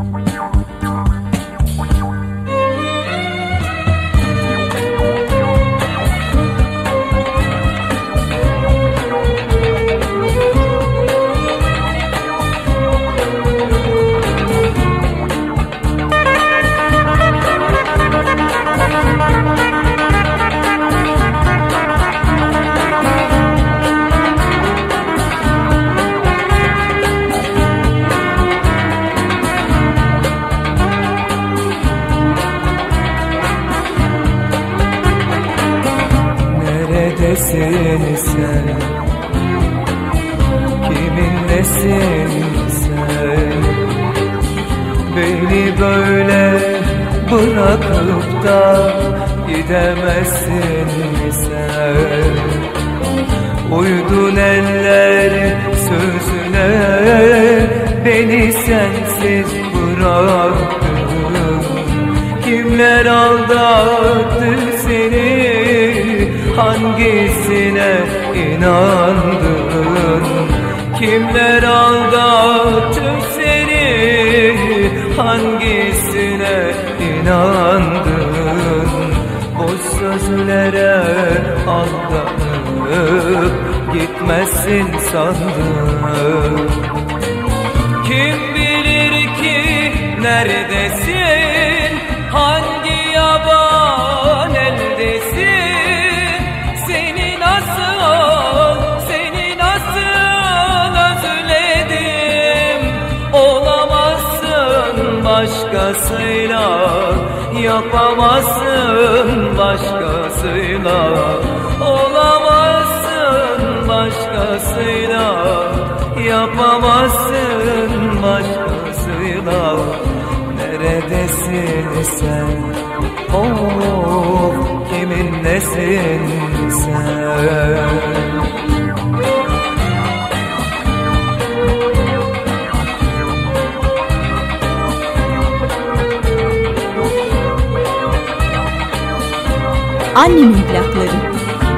Neredesin sen? Kiminlesin sen? Beni böyle bırakıp da gidemezsin sen. Uydun eller sözüne, beni sensiz bıraktın. Kimler aldattı seni, hangisine inandın? Kimler aldattı seni, hangisine inandın? Boş sözlere aldanıp gitmezsin sandım. Kim bilir ki neredesin, hangi yaban eldesin? Seni nasıl özledim. Olamazsın başkasıyla, yapamazsın başkasıyla. Olamazsın başkasıyla, yapamazsın başkasıyla. Neredesin sen? Oh, kiminlesin sen? Annemin plakları.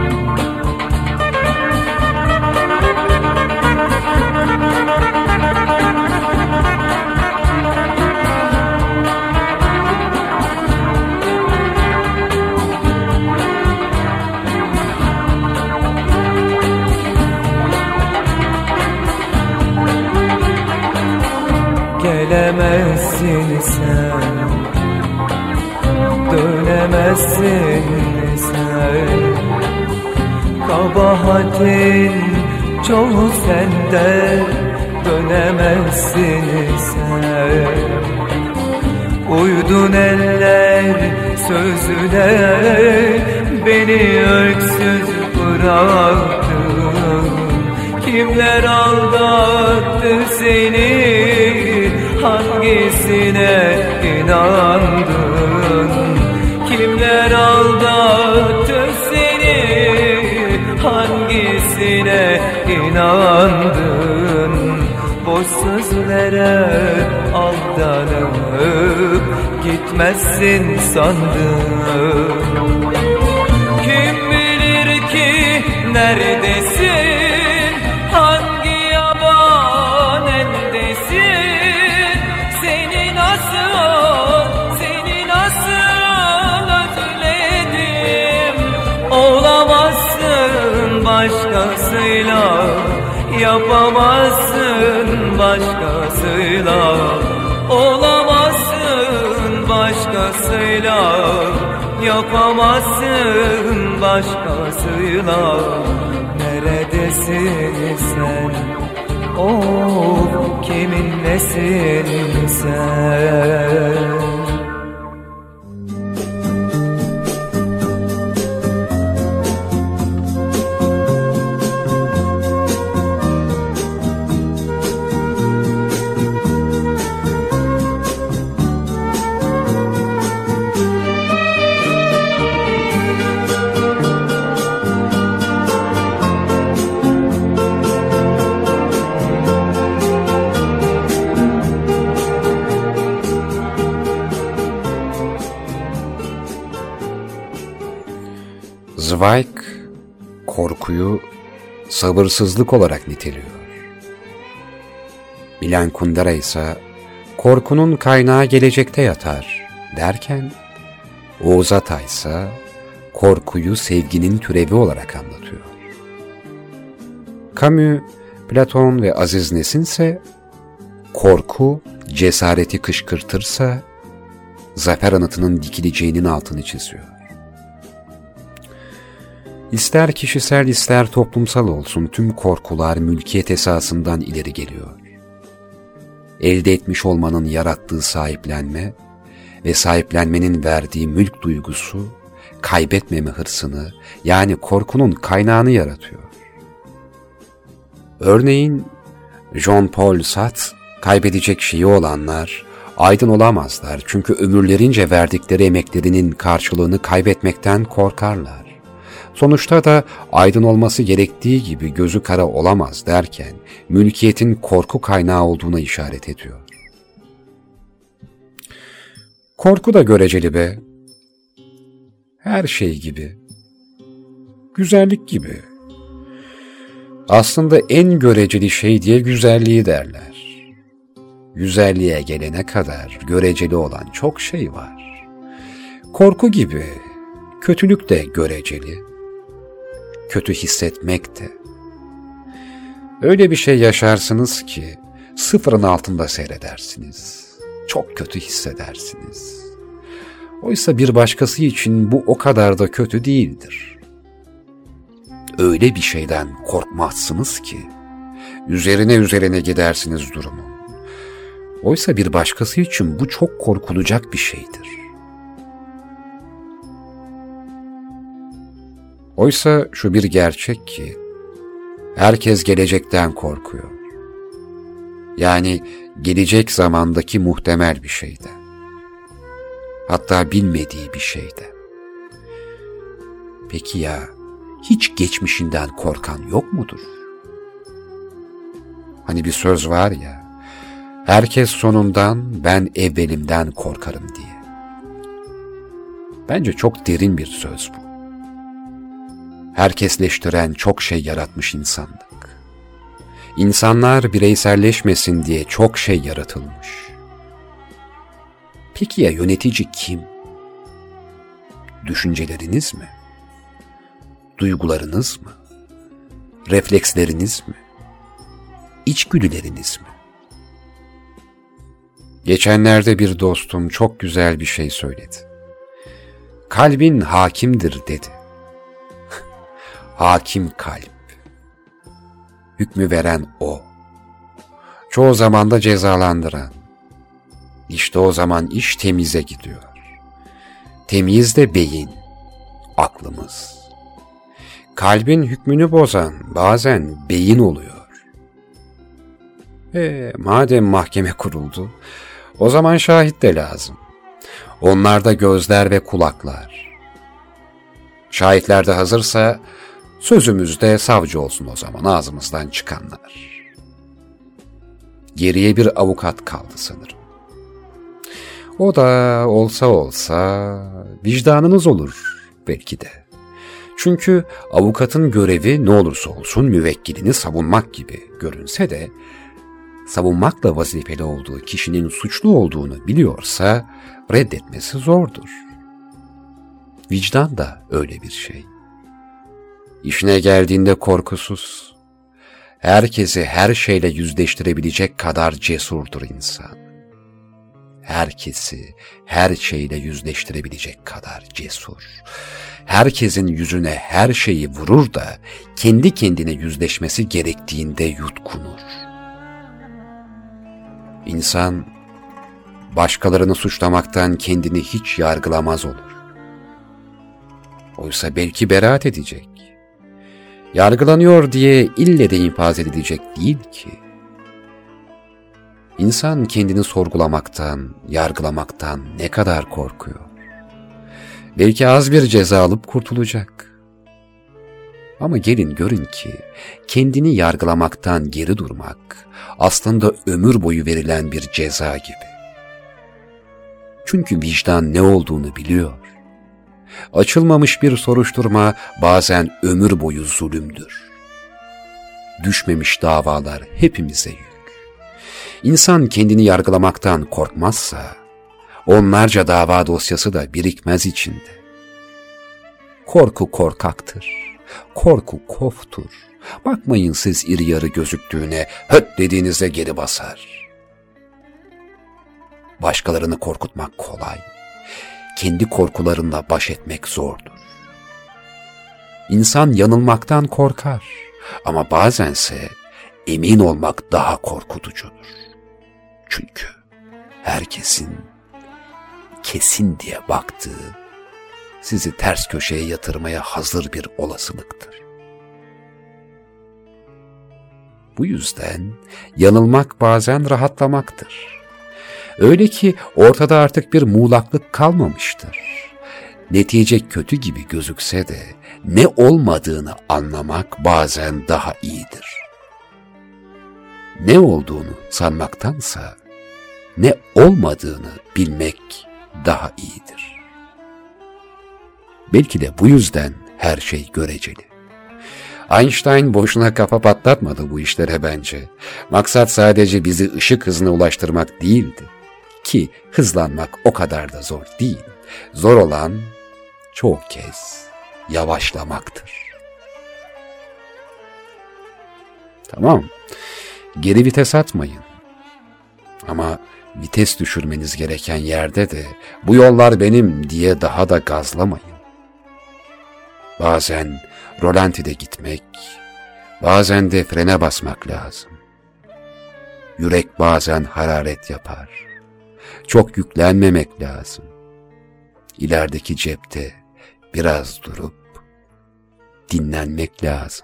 Gelemezsin sen, dönemezsin sen. Kabahatin çoğu sende, dönemezsin sen. Uydun eller sözüne, beni öksüz bıraktın. Kimler aldattı seni, hangisine inandın? Kimler aldattı seni, hangisine inandın? Boş sözlere aldanıp gitmezsin sandım. Kim bilir ki neredesin, hangi yaban eldesin? Seni nasıl özledim. Olamazsın başkasıyla, yapamazsın başkasıyla. Olamazsın başkasıyla, yapamazsın başkasıyla. Neredesin sen? Oh, kiminlesin sen? Zweig, korkuyu sabırsızlık olarak niteliyor. Milan Kundera ise korkunun kaynağı gelecekte yatar derken, Oğuz Atay ise korkuyu sevginin türevi olarak anlatıyor. Camus, Platon ve Aziz Nesin ise korku cesareti kışkırtırsa zafer anıtının dikileceğinin altını çiziyor. İster kişisel ister toplumsal olsun tüm korkular mülkiyet esasından ileri geliyor. Elde etmiş olmanın yarattığı sahiplenme ve sahiplenmenin verdiği mülk duygusu kaybetmeme hırsını, yani korkunun kaynağını yaratıyor. Örneğin Jean-Paul Sartre, kaybedecek şeyi olanlar aydın olamazlar çünkü ömürlerince verdikleri emeklerinin karşılığını kaybetmekten korkarlar. Sonuçta da aydın olması gerektiği gibi gözü kara olamaz derken mülkiyetin korku kaynağı olduğuna işaret ediyor. Korku da göreceli be. Her şey gibi. Güzellik gibi. Aslında en göreceli şey diye güzelliği derler. Güzelliğe gelene kadar göreceli olan çok şey var. Korku gibi kötülük de göreceli. Kötü hissetmek de. Öyle bir şey yaşarsınız ki sıfırın altında seyredersiniz. Çok kötü hissedersiniz. Oysa bir başkası için bu o kadar da kötü değildir. Öyle bir şeyden korkmazsınız ki üzerine gidersiniz durumun. Oysa bir başkası için bu çok korkulacak bir şeydir. Oysa şu bir gerçek ki herkes gelecekten korkuyor. Yani gelecek zamandaki muhtemel bir şeyden. Hatta bilmediği bir şeyden. Peki ya hiç geçmişinden korkan yok mudur? Hani bir söz var ya, herkes sonundan ben evvelimden korkarım diye. Bence çok derin bir söz bu. Herkesleştiren çok şey yaratmış insanlık. İnsanlar bireyselleşmesin diye çok şey yaratılmış. Peki ya yönetici kim? Düşünceleriniz mi? Duygularınız mı? Refleksleriniz mi? İçgüdüleriniz mi? Geçenlerde bir dostum çok güzel bir şey söyledi. Kalbin hakimdir dedi. Hakim kalp. Hükmü veren o. Çoğu zaman da cezalandıran. İşte o zaman iş temize gidiyor. Temiz de beyin, aklımız. Kalbin hükmünü bozan bazen beyin oluyor. Madem mahkeme kuruldu, o zaman şahit de lazım. Onlar da gözler ve kulaklar. Şahitler de hazırsa sözümüz de savcı olsun o zaman ağzımızdan çıkanlar. Geriye bir avukat kaldı sanırım. O da olsa vicdanınız olur belki de. Çünkü avukatın görevi ne olursa olsun müvekkilini savunmak gibi görünse de savunmakla vazifeli olduğu kişinin suçlu olduğunu biliyorsa reddetmesi zordur. Vicdan da öyle bir şey. İşine geldiğinde korkusuz, herkesi her şeyle yüzleştirebilecek kadar cesurdur insan. Herkesi her şeyle yüzleştirebilecek kadar cesur. Herkesin yüzüne her şeyi vurur da kendi kendine yüzleşmesi gerektiğinde yutkunur. İnsan başkalarını suçlamaktan kendini hiç yargılamaz olur. Oysa belki beraat edecek. Yargılanıyor diye ille de infaz edilecek değil ki. İnsan kendini sorgulamaktan, yargılamaktan ne kadar korkuyor. Belki az bir ceza alıp kurtulacak. Ama gelin görün ki kendini yargılamaktan geri durmak aslında ömür boyu verilen bir ceza gibi. Çünkü vicdan ne olduğunu biliyor. Açılmamış bir soruşturma bazen ömür boyu zulümdür. Düşmemiş davalar hepimize yük. İnsan kendini yargılamaktan korkmazsa, onlarca dava dosyası da birikmez içinde. Korku korkaktır, korku koftur. Bakmayın siz iri yarı gözüktüğüne, höt dediğinizde geri basar. Başkalarını korkutmak kolay, kendi korkularınla baş etmek zordur. İnsan yanılmaktan korkar ama bazense emin olmak daha korkutucudur. Çünkü herkesin kesin diye baktığı, sizi ters köşeye yatırmaya hazır bir olasılıktır. Bu yüzden yanılmak bazen rahatlamaktır. Öyle ki ortada artık bir muğlaklık kalmamıştır. Netice kötü gibi gözükse de ne olmadığını anlamak bazen daha iyidir. Ne olduğunu sanmaktansa ne olmadığını bilmek daha iyidir. Belki de bu yüzden her şey göreceli. Einstein boşuna kafa patlatmadı bu işlere bence. Maksat sadece bizi ışık hızına ulaştırmak değildi. Ki hızlanmak o kadar da zor değil. Zor olan çoğu kez yavaşlamaktır. Tamam, geri vites atmayın. Ama vites düşürmeniz gereken yerde de bu yollar benim diye daha da gazlamayın. Bazen rolantide gitmek, bazen de frene basmak lazım. Yürek bazen hararet yapar. Çok yüklenmemek lazım. İlerideki cepte biraz durup dinlenmek lazım.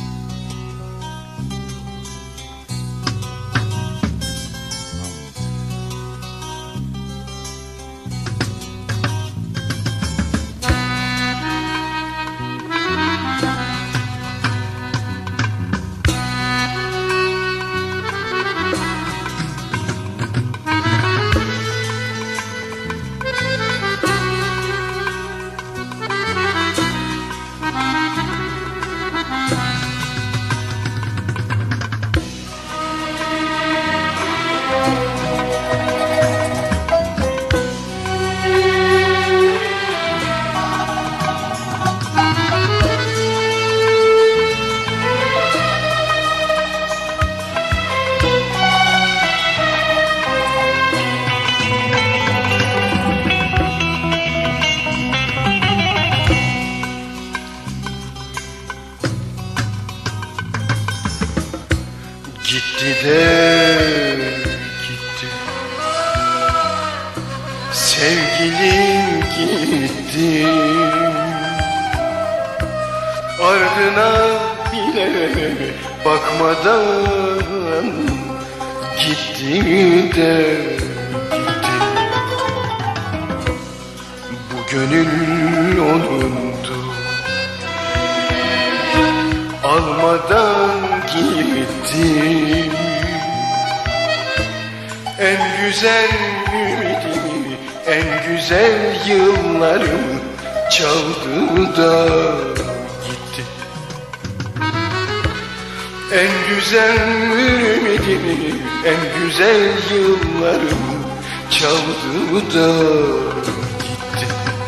Gitti de gitti, sevgilim gitti, ardına bile bakmadan gitti de gitti. Bu gönül onundu, almadan gitti. En güzel ümidimi, en güzel yıllarımı çaldı da gitti. En güzel ümidimi, en güzel yıllarımı çaldı da gitti.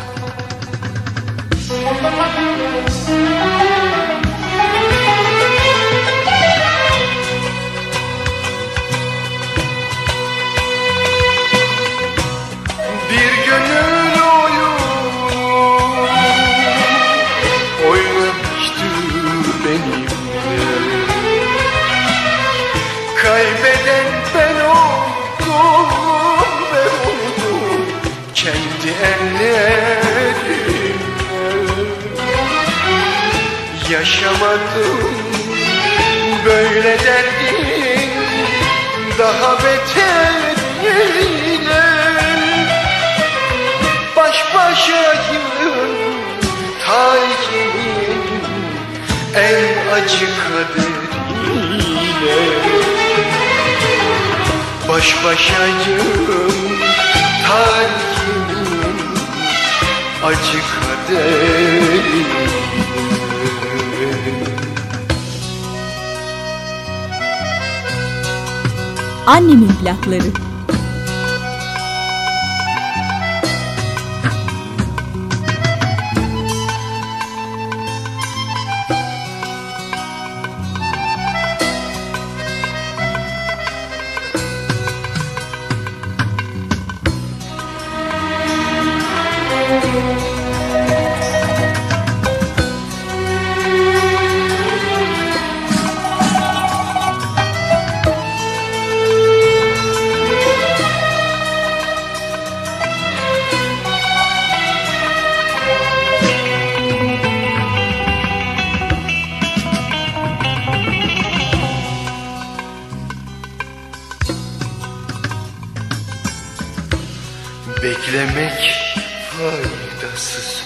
Kaybeden ben oldum ve oldum kendi ellerimle. Yaşamadım böyle derdin daha beteriyle. Baş başayım tarihimin en acı kaderiyle. Baş başayım tarihimin acı kaderiyle. Annemin plakları. Beklemek faydasız,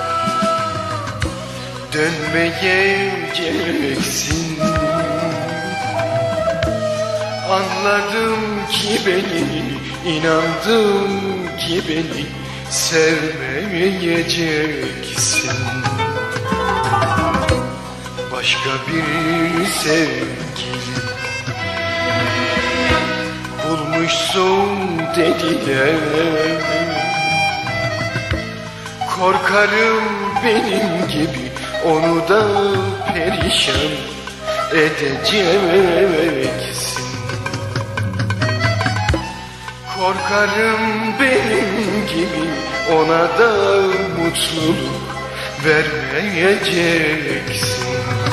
dönmeyeceksin. Anladım ki beni, inandım ki beni sevmeyeceksin. Başka bir sevgili bulmuşsun dediler. Korkarım benim gibi onu da perişan edeceksin. Korkarım benim gibi ona da mutluluk vermeyeceksin.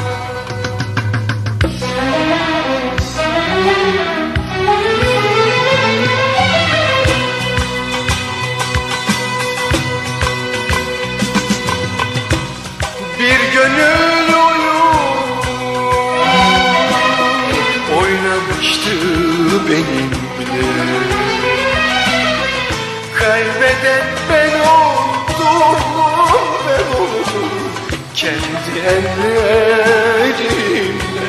Bir gönül oynamıştı benimle. Kaybeden ben oldum, ben oldum kendi ellerimle.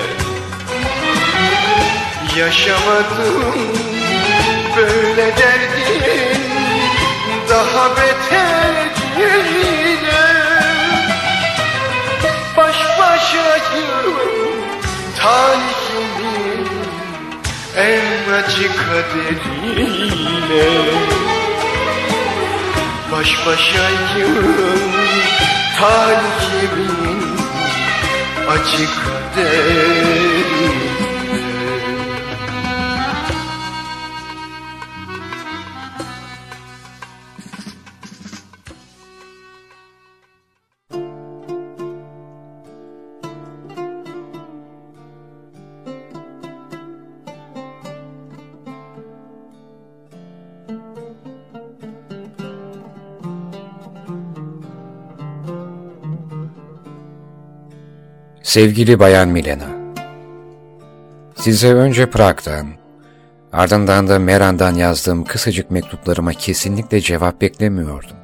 Yaşamadım böyle derdin daha beteriyle. Baş başayım talihimin en acı kaderiyle. Baş başayım talihimin acı kaderiyle. Sevgili Bayan Milena, size önce Prag'dan, ardından da Meran'dan yazdığım kısacık mektuplarıma kesinlikle cevap beklemiyordum.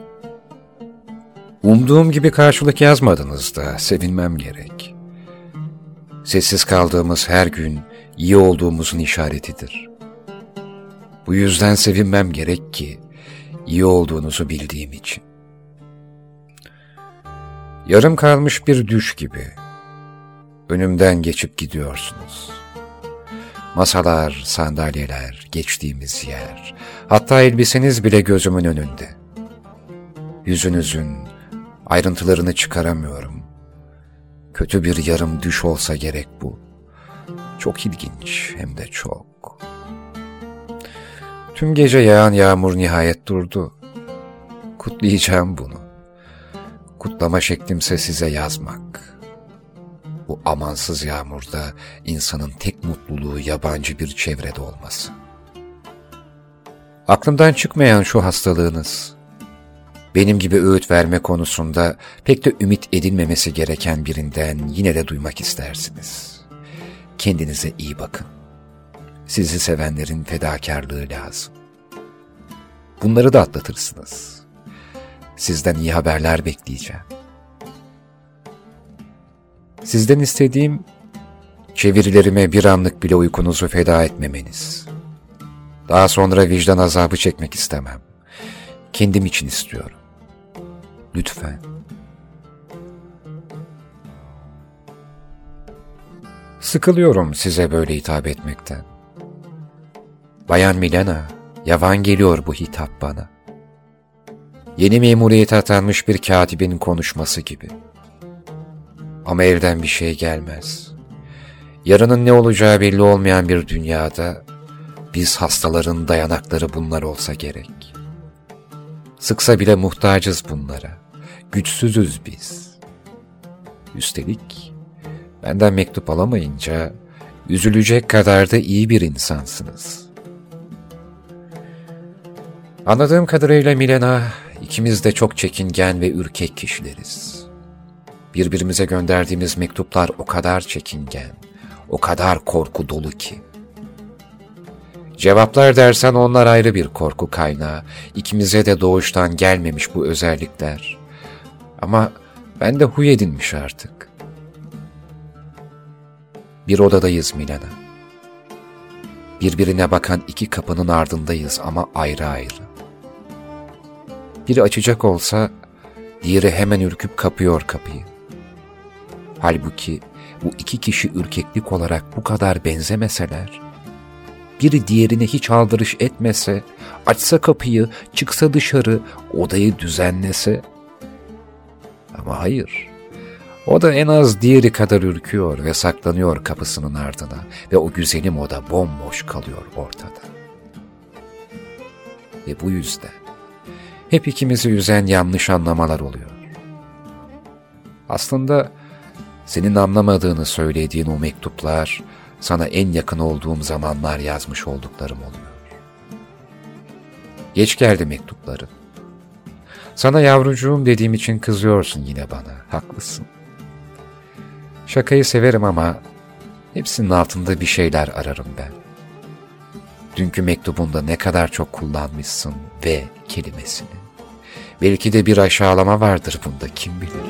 Umduğum gibi karşılık yazmadınız da sevinmem gerek. Sessiz kaldığımız her gün iyi olduğumuzun işaretidir. Bu yüzden sevinmem gerek ki iyi olduğunuzu bildiğim için. Yarım kalmış bir düş gibi önümden geçip gidiyorsunuz. Masalar, sandalyeler, geçtiğimiz yer, hatta elbiseniz bile gözümün önünde. Yüzünüzün ayrıntılarını çıkaramıyorum. Kötü bir yarım düş olsa gerek bu. Çok ilginç, hem de çok. Tüm gece yağan yağmur nihayet durdu. Kutlayacağım bunu. Kutlama şeklimse size yazmak. Bu amansız yağmurda insanın tek mutluluğu yabancı bir çevrede olması. Aklımdan çıkmayan şu hastalığınız, benim gibi öğüt verme konusunda pek de ümit edilmemesi gereken birinden yine de duymak istersiniz. Kendinize iyi bakın. Sizi sevenlerin fedakarlığı lazım. Bunları da atlatırsınız. Sizden iyi haberler bekleyeceğim. Sizden istediğim, çevirilerime bir anlık bile uykunuzu feda etmemeniz. Daha sonra vicdan azabı çekmek istemem. Kendim için istiyorum. Lütfen. Sıkılıyorum size böyle hitap etmekten. Bayan Milena, yavan geliyor bu hitap bana. Yeni memuriyete atanmış bir katibin konuşması gibi. Ama elden bir şey gelmez. Yarının ne olacağı belli olmayan bir dünyada biz hastaların dayanakları bunlar olsa gerek. Sıksa bile muhtacız bunlara. Güçsüzüz biz. Üstelik benden mektup alamayınca üzülecek kadar da iyi bir insansınız. Anladığım kadarıyla Milena, ikimiz de çok çekingen ve ürkek kişileriz. Birbirimize gönderdiğimiz mektuplar o kadar çekingen, o kadar korku dolu ki. Cevaplar dersen onlar ayrı bir korku kaynağı. İkimize de doğuştan gelmemiş bu özellikler. Ama ben de huy edinmiş artık. Bir odadayız Milena. Birbirine bakan iki kapının ardındayız ama ayrı ayrı. Biri açacak olsa diğeri hemen ürküp kapıyor kapıyı. Halbuki bu iki kişi ürkeklik olarak bu kadar benzemeseler, biri diğerine hiç aldırış etmese, açsa kapıyı, çıksa dışarı, odayı düzenlese. Ama hayır, o da en az diğeri kadar ürküyor ve saklanıyor kapısının ardına ve o güzelim oda bomboş kalıyor ortada. Ve bu yüzden hep ikimizi üzen yanlış anlamalar oluyor. Aslında senin anlamadığını söylediğin o mektuplar, sana en yakın olduğum zamanlar yazmış olduklarım oluyor. Geç geldi mektupların. Sana yavrucuğum dediğim için kızıyorsun yine bana, haklısın. Şakayı severim ama hepsinin altında bir şeyler ararım ben. Dünkü mektubunda ne kadar çok kullanmışsın ve kelimesini. Belki de bir aşağılama vardır bunda, kim bilir.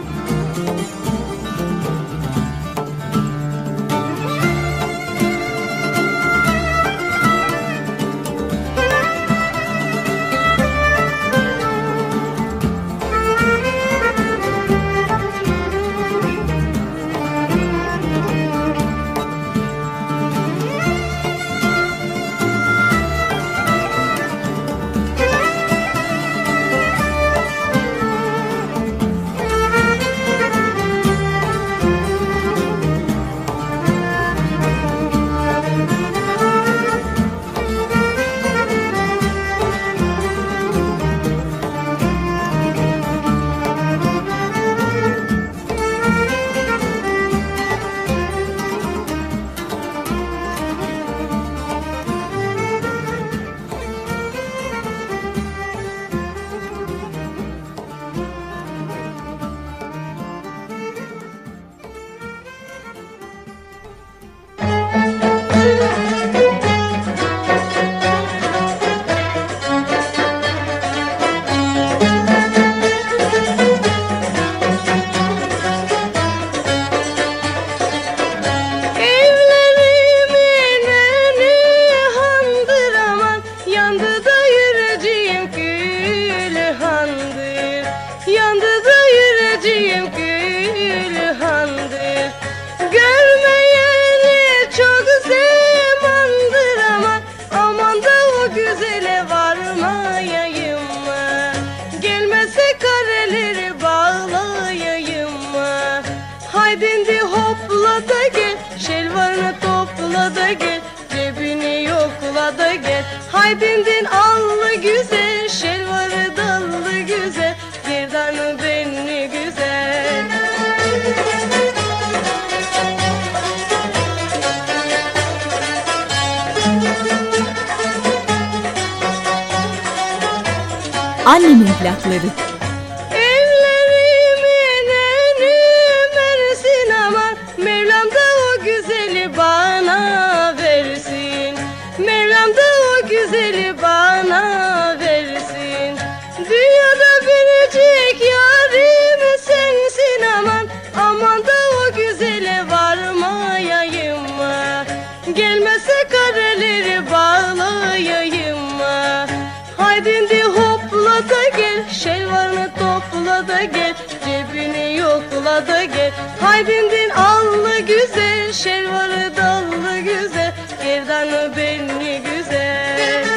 Haydindi hopla da gel, şelvarını topla da gel, cebini yokla da gel. Haydindin allı güzel, şelvarı dallı güzel, gerdanı benli güzel. Annemin plakları. Evlerimin eni versin aman, Mevlam da o güzeli bana versin. Mevlam da o güzeli bana versin. Dünyada biricik yarim sensin aman, aman da o güzele varmayayım mı? Gelmezse kareleri bağlayayım mı? Haydindi hopla da gel, şelvarını topla da gel, cebini yokla da gel. Haydindin allı güzel, şelvarı dallı güzel, gerdanı benli güzel.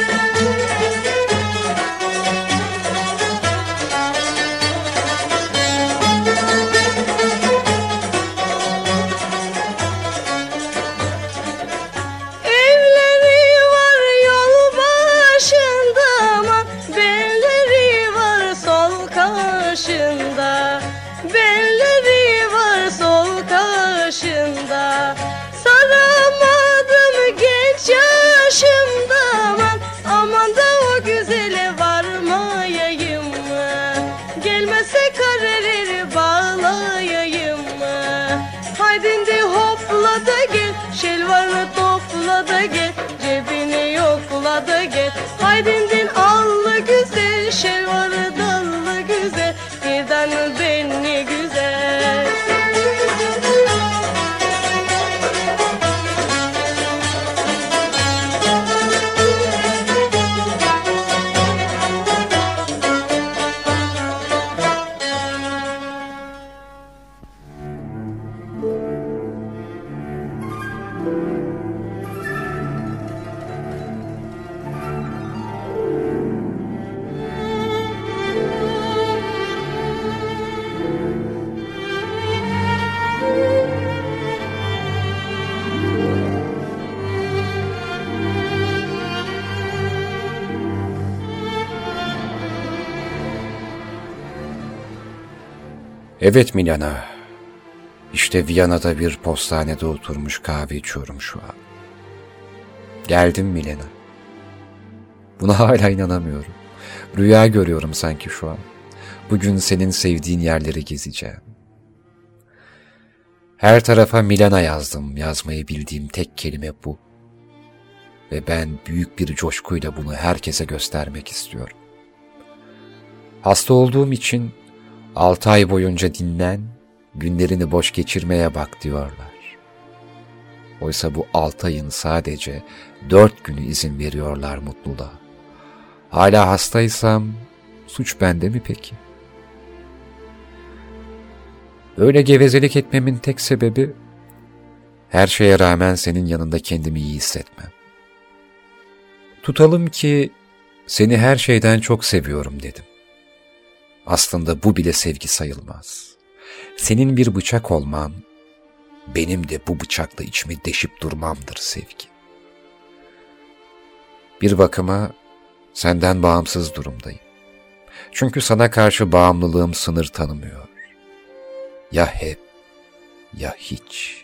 Evleri var yol başında ama belleri var sol karşında. Belleri var sol karşında. Saramadım genç yaşımda aman, aman da o güzele varmayayım mı? Gelmezse kareleri bağlayayım mı? Haydindi hopla da gel, şelvarını topla da gel, cebini yokla da gel. Haydindin allı güzel, şelvarı dallı güzel, gerdanı benli güzel. Evet Milana, işte Viyana'da bir postanede oturmuş kahve içiyorum şu an. Geldim Milena. Buna hala inanamıyorum. Rüya görüyorum sanki şu an. Bugün senin sevdiğin yerleri gezeceğim. Her tarafa Milana yazdım. Yazmayı bildiğim tek kelime bu. Ve ben büyük bir coşkuyla bunu herkese göstermek istiyorum. Hasta olduğum için 6 ay boyunca dinlen, günlerini boş geçirmeye bak diyorlar. Oysa bu 6 ayın sadece 4 günü izin veriyorlar mutluluğa. Hala hastaysam suç bende mi peki? Böyle gevezelik etmemin tek sebebi her şeye rağmen senin yanında kendimi iyi hissetmem. Tutalım ki seni her şeyden çok seviyorum dedim. Aslında bu bile sevgi sayılmaz. Senin bir bıçak olman, benim de bu bıçakla içimi deşip durmamdır sevgi. Bir bakıma senden bağımsız durumdayım. Çünkü sana karşı bağımlılığım sınır tanımıyor. Ya hep, ya hiç.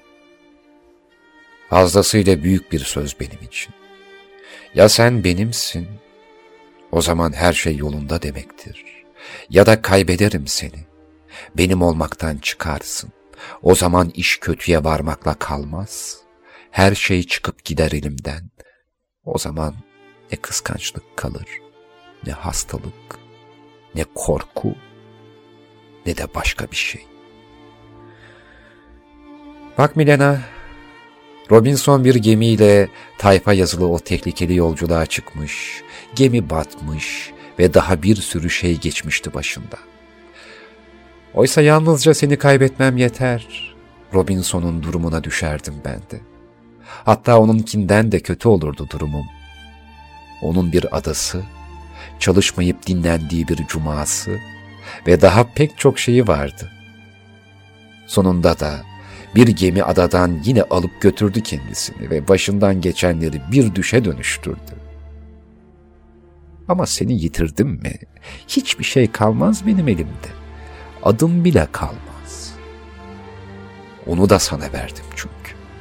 Fazlasıyla büyük bir söz benim için. Ya sen benimsin, o zaman her şey yolunda demektir. Ya da kaybederim seni, benim olmaktan çıkarsın. O zaman iş kötüye varmakla kalmaz. Her şey çıkıp gider elimden. O zaman ne kıskançlık kalır, ne hastalık, ne korku, ne de başka bir şey. Bak Milena, Robinson bir gemiyle tayfa yazılı o tehlikeli yolculuğa çıkmış, gemi batmış ve daha bir sürü şey geçmişti başında. Oysa yalnızca seni kaybetmem yeter, Robinson'un durumuna düşerdim ben de. Hatta onunkinden de kötü olurdu durumum. Onun bir adası, çalışmayıp dinlendiği bir cuması ve daha pek çok şeyi vardı. Sonunda da bir gemi adadan yine alıp götürdü kendisini ve başından geçenleri bir düşe dönüştürdü. Ama seni yitirdim mi, hiçbir şey kalmaz benim elimde. Adım bile kalmaz. Onu da sana verdim çünkü.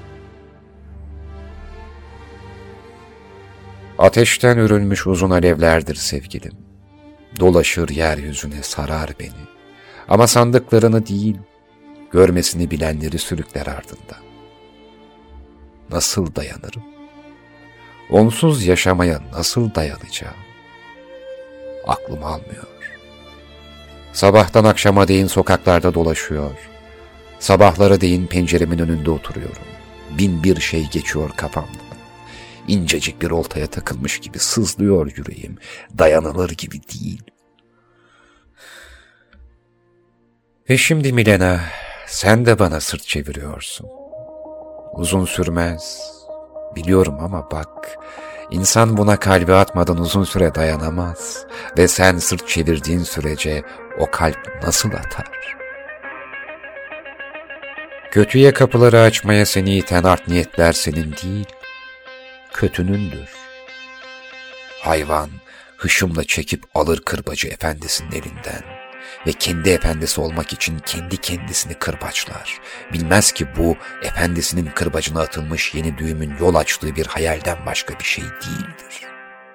Ateşten örülmüş uzun alevlerdir sevgilim. Dolaşır yeryüzüne, sarar beni. Ama sandıklarını değil, görmesini bilenleri sürükler ardından. Nasıl dayanırım? Onsuz yaşamaya nasıl dayanacağım? Aklım almıyor. Sabahtan akşama değin sokaklarda dolaşıyor. Sabahlara değin penceremin önünde oturuyorum. Bin bir şey geçiyor kafamdan. İncecik bir oltaya takılmış gibi sızlıyor yüreğim. Dayanılır gibi değil. Ve şimdi Milena, sen de bana sırt çeviriyorsun. Uzun sürmez, Biliyorum ama bak, insan buna kalbi atmadan uzun süre dayanamaz ve sen sırt çevirdiğin sürece o kalp nasıl atar? Kötüye kapıları açmaya seni iten art niyetler senin değil, kötünündür. Hayvan hışımla çekip alır kırbacı efendisinin elinden ve kendi efendisi olmak için kendi kendisini kırbaçlar. Bilmez ki bu efendisinin kırbacına atılmış yeni düğümün yol açtığı bir hayalden başka bir şey değildir.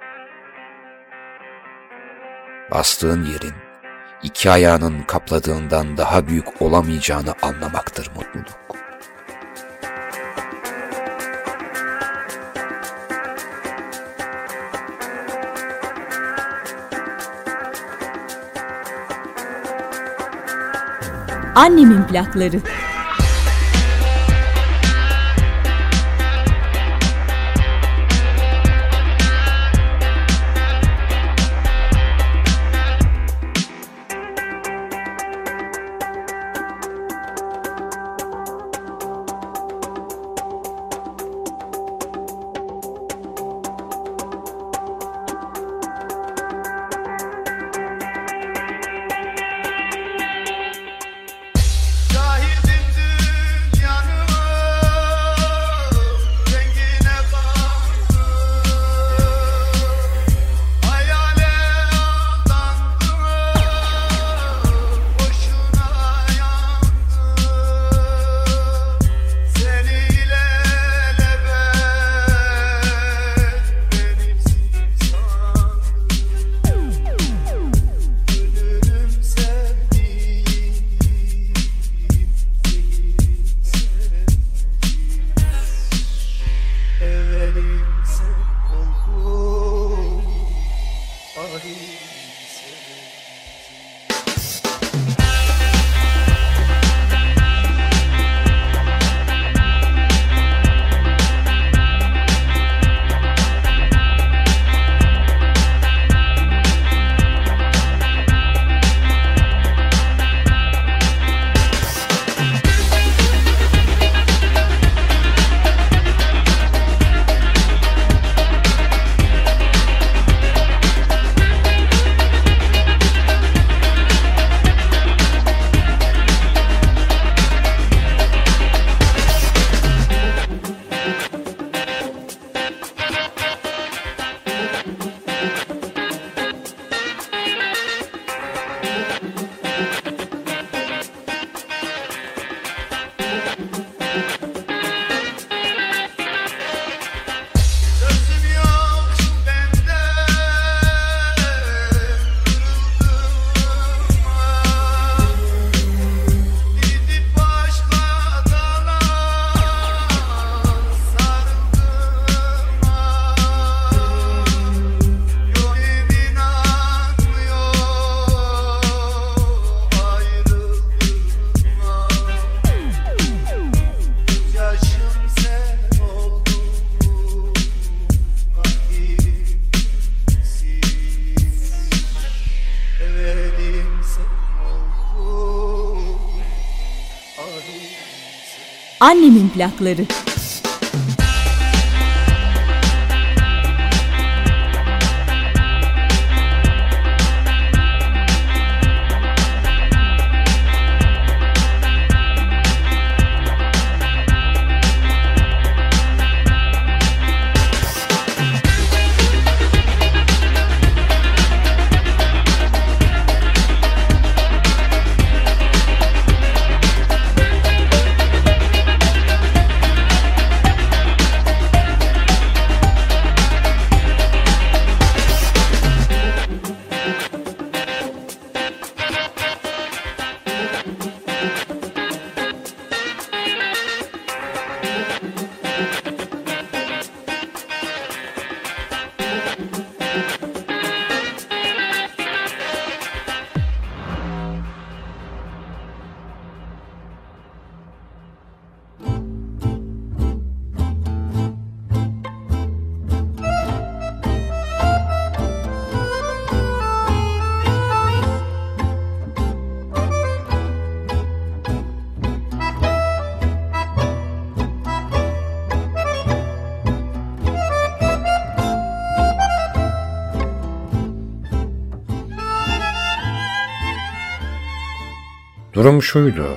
Bastığın yerin iki ayağının kapladığından daha büyük olamayacağını anlamaktır mutluluk. Annemin plakları. Annemin plakları. Durum şuydu.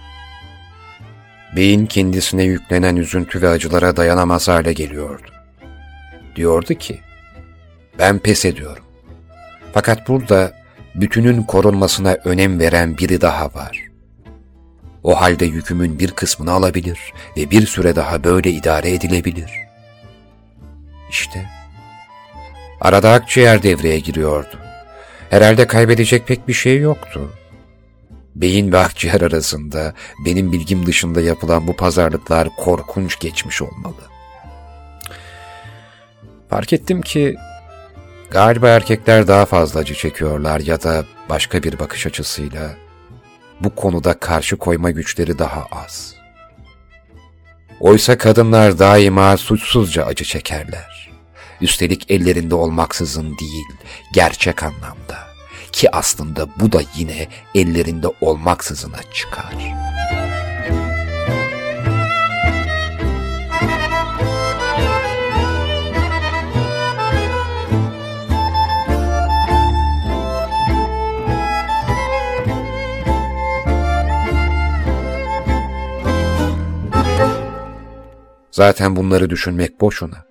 Beyin kendisine yüklenen üzüntü ve acılara dayanamaz hale geliyordu. Diyordu ki, ben pes ediyorum. Fakat burada bütünün korunmasına önem veren biri daha var. O halde yükümün bir kısmını alabilir ve bir süre daha böyle idare edilebilir. İşte arada akciğer devreye giriyordu. Herhalde kaybedecek pek bir şey yoktu. Beyin ve akciğer arasında benim bilgim dışında yapılan bu pazarlıklar korkunç geçmiş olmalı. Fark ettim ki galiba erkekler daha fazla acı çekiyorlar ya da başka bir bakış açısıyla bu konuda karşı koyma güçleri daha az. Oysa kadınlar daima suçsuzca acı çekerler. Üstelik ellerinde olmaksızın değil, gerçek anlamda. Ki aslında bu da yine ellerinde olmaksızına çıkar. Zaten bunları düşünmek boşuna.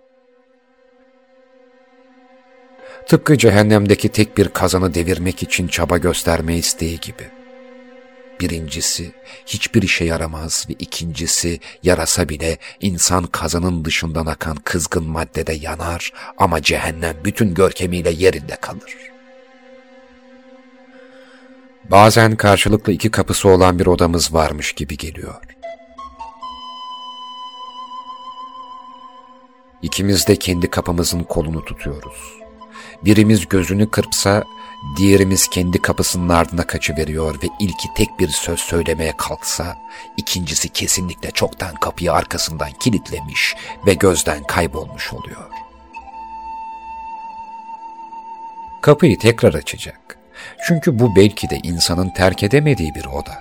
Tıpkı cehennemdeki tek bir kazanı devirmek için çaba gösterme isteği gibi. Birincisi hiçbir işe yaramaz ve ikincisi yarasa bile insan kazanın dışından akan kızgın maddede yanar ama cehennem bütün görkemiyle yerinde kalır. Bazen karşılıklı iki kapısı olan bir odamız varmış gibi geliyor. İkimiz de kendi kapımızın kolunu tutuyoruz. Birimiz gözünü kırpsa, diğerimiz kendi kapısının ardına kaçıveriyor ve ilki tek bir söz söylemeye kalksa, ikincisi kesinlikle çoktan kapıyı arkasından kilitlemiş ve gözden kaybolmuş oluyor. Kapıyı tekrar açacak. Çünkü bu belki de insanın terk edemediği bir oda.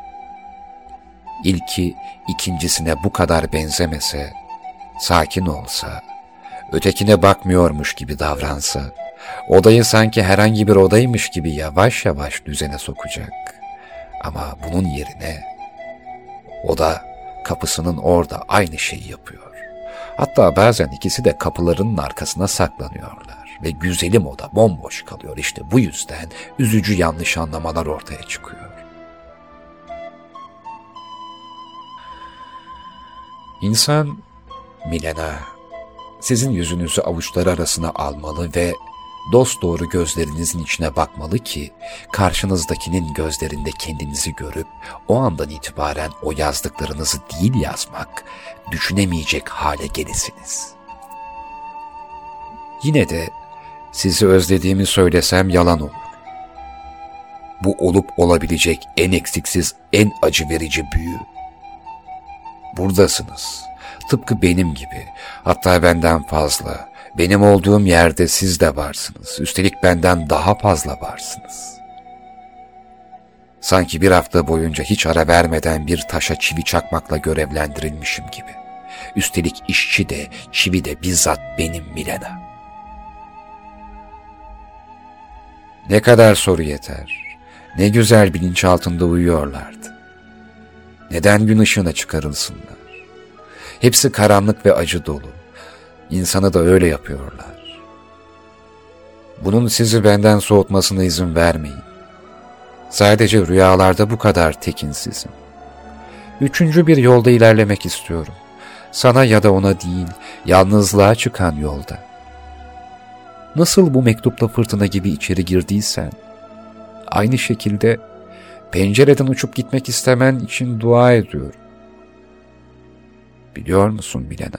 İlki ikincisine bu kadar benzemese, sakin olsa, ötekine bakmıyormuş gibi davransa, odayı sanki herhangi bir odaymış gibi yavaş yavaş düzene sokacak. Ama bunun yerine oda kapısının orada aynı şeyi yapıyor. Hatta bazen ikisi de kapılarının arkasına saklanıyorlar ve güzelim oda bomboş kalıyor. İşte bu yüzden üzücü yanlış anlamalar ortaya çıkıyor. İnsan, Milena, sizin yüzünüzü avuçları arasına almalı ve dosdoğru gözlerinizin içine bakmalı ki karşınızdakinin gözlerinde kendinizi görüp o andan itibaren o yazdıklarınızı değil yazmak, düşünemeyecek hale gelesiniz. Yine de sizi özlediğimi söylesem yalan olur. Bu olup olabilecek en eksiksiz, en acı verici büyü. Buradasınız. Tıpkı benim gibi, hatta benden fazla. Benim olduğum yerde siz de varsınız. Üstelik benden daha fazla varsınız. Sanki bir hafta boyunca hiç ara vermeden bir taşa çivi çakmakla görevlendirilmişim gibi. Üstelik işçi de, çivi de bizzat benim Milena. Ne kadar soru yeter. Ne güzel bilinçaltında uyuyorlardı. Neden gün ışığına çıkarılsınlar? Hepsi karanlık ve acı dolu. İnsanı da öyle yapıyorlar. Bunun sizi benden soğutmasına izin vermeyin. Sadece rüyalarda bu kadar tekinsizim. Üçüncü bir yolda ilerlemek istiyorum. Sana ya da ona değil, yalnızlığa çıkan yolda. Nasıl bu mektupla fırtına gibi içeri girdiysen, aynı şekilde pencereden uçup gitmek istemen için dua ediyorum. Biliyor musun Milena?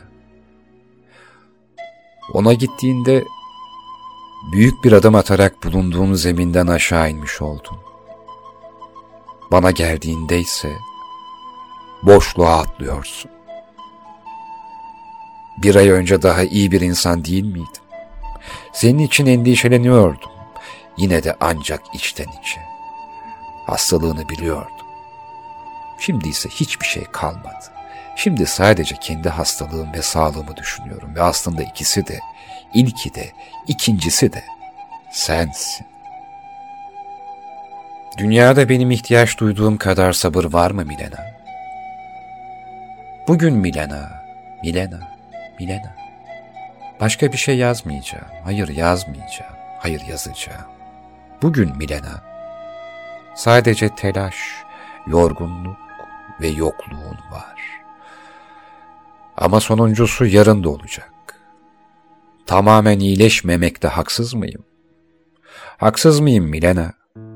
Ona gittiğinde büyük bir adım atarak bulunduğun zeminden aşağı inmiş oldun. Bana geldiğinde ise boşluğa atlıyorsun. Bir ay önce daha iyi bir insan değil miydim? Senin için endişeleniyordum. Yine de ancak içten içe. Hastalığını biliyordum. Şimdi ise hiçbir şey kalmadı. Şimdi sadece kendi hastalığım ve sağlığımı düşünüyorum ve aslında ikisi de, ilki de, ikincisi de sensin. Dünyada benim ihtiyaç duyduğum kadar sabır var mı Milena? Bugün Milena, Milena, Milena. Başka bir şey yazmayacağım. Hayır yazmayacağım. Hayır yazacağım. Bugün Milena. Sadece telaş, yorgunluk ve yokluğun var. Ama sonuncusu yarın da olacak. Tamamen iyileşmemekte haksız mıyım? Haksız mıyım Milena?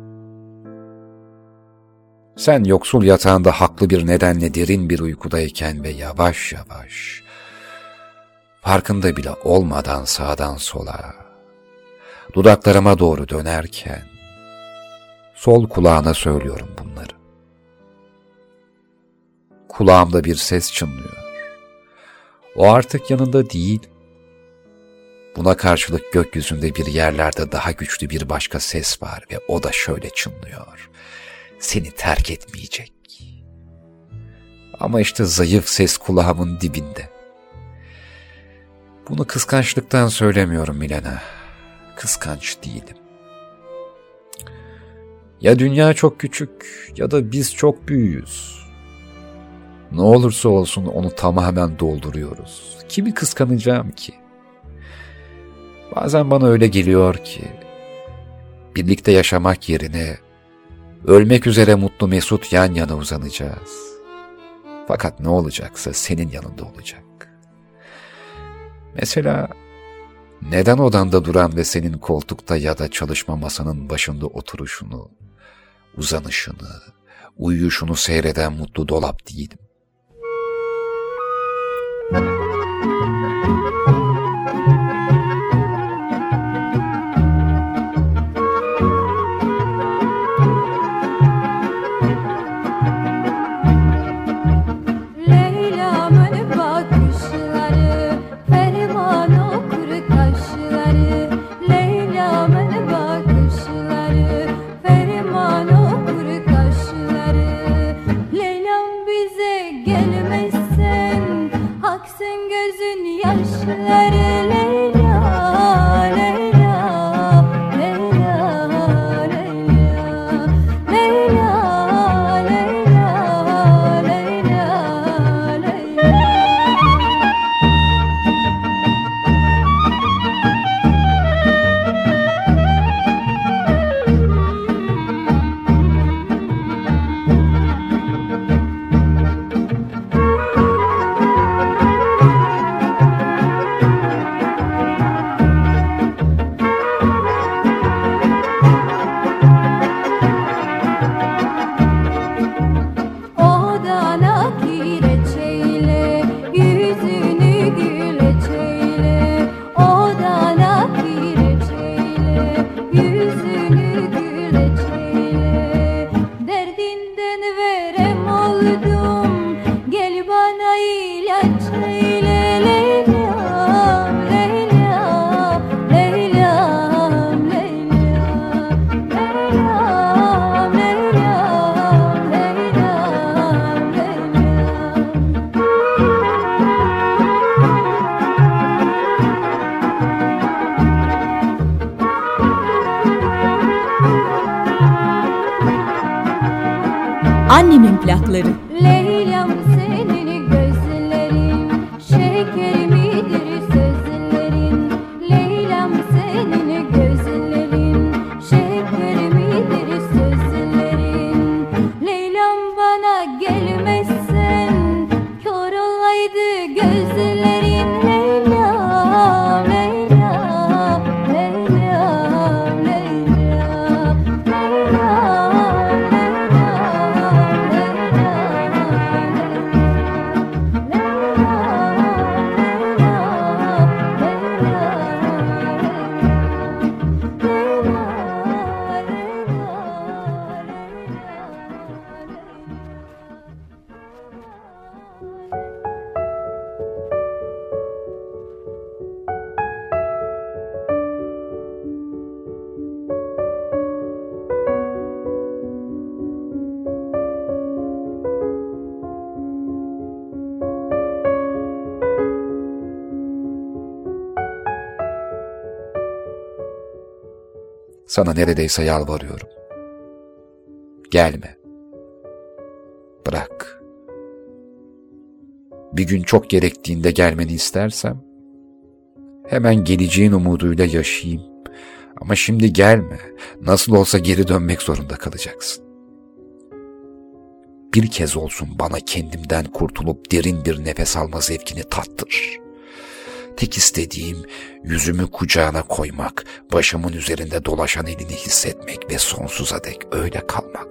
Sen yoksul yatağında haklı bir nedenle derin bir uykudayken ve yavaş yavaş, farkında bile olmadan sağdan sola, dudaklarıma doğru dönerken, sol kulağına söylüyorum bunları. Kulağımda bir ses çınlıyor. O artık yanında değil. Buna karşılık gökyüzünde bir yerlerde daha güçlü bir başka ses var ve o da şöyle çınlıyor. Seni terk etmeyecek. Ama işte zayıf ses kulağımın dibinde. Bunu kıskançlıktan söylemiyorum Milena. Kıskanç değilim. Ya dünya çok küçük ya da biz çok büyüğüz. Ne olursa olsun onu tamamen dolduruyoruz. Kimi kıskanacağım ki? Bazen bana öyle geliyor ki, birlikte yaşamak yerine ölmek üzere mutlu mesut yan yana uzanacağız. Fakat ne olacaksa senin yanında olacak. Mesela neden odanda duran ve senin koltukta ya da çalışma masanın başında oturuşunu, uzanışını, uyuyuşunu seyreden mutlu dolap değilim? Annemin plakları. Leyla'm senin gözlerin, şekerimidir sözlerin. Leyla'm senin gözlerin, şekerimidir sözlerin. Leyla'm bana gelmezsen, kör olaydı gözlerin. Leyla, Leyla, Leyla, Leyla, Leyla. Sana neredeyse yalvarıyorum. Gelme. Bırak. Bir gün çok gerektiğinde gelmeni istersem, hemen geleceğin umuduyla yaşayayım. Ama şimdi gelme. Nasıl olsa geri dönmek zorunda kalacaksın. Bir kez olsun bana kendimden kurtulup derin bir nefes alma zevkini tattır. Tek istediğim yüzümü kucağına koymak, başımın üzerinde dolaşan elini hissetmek ve sonsuza dek öyle kalmak.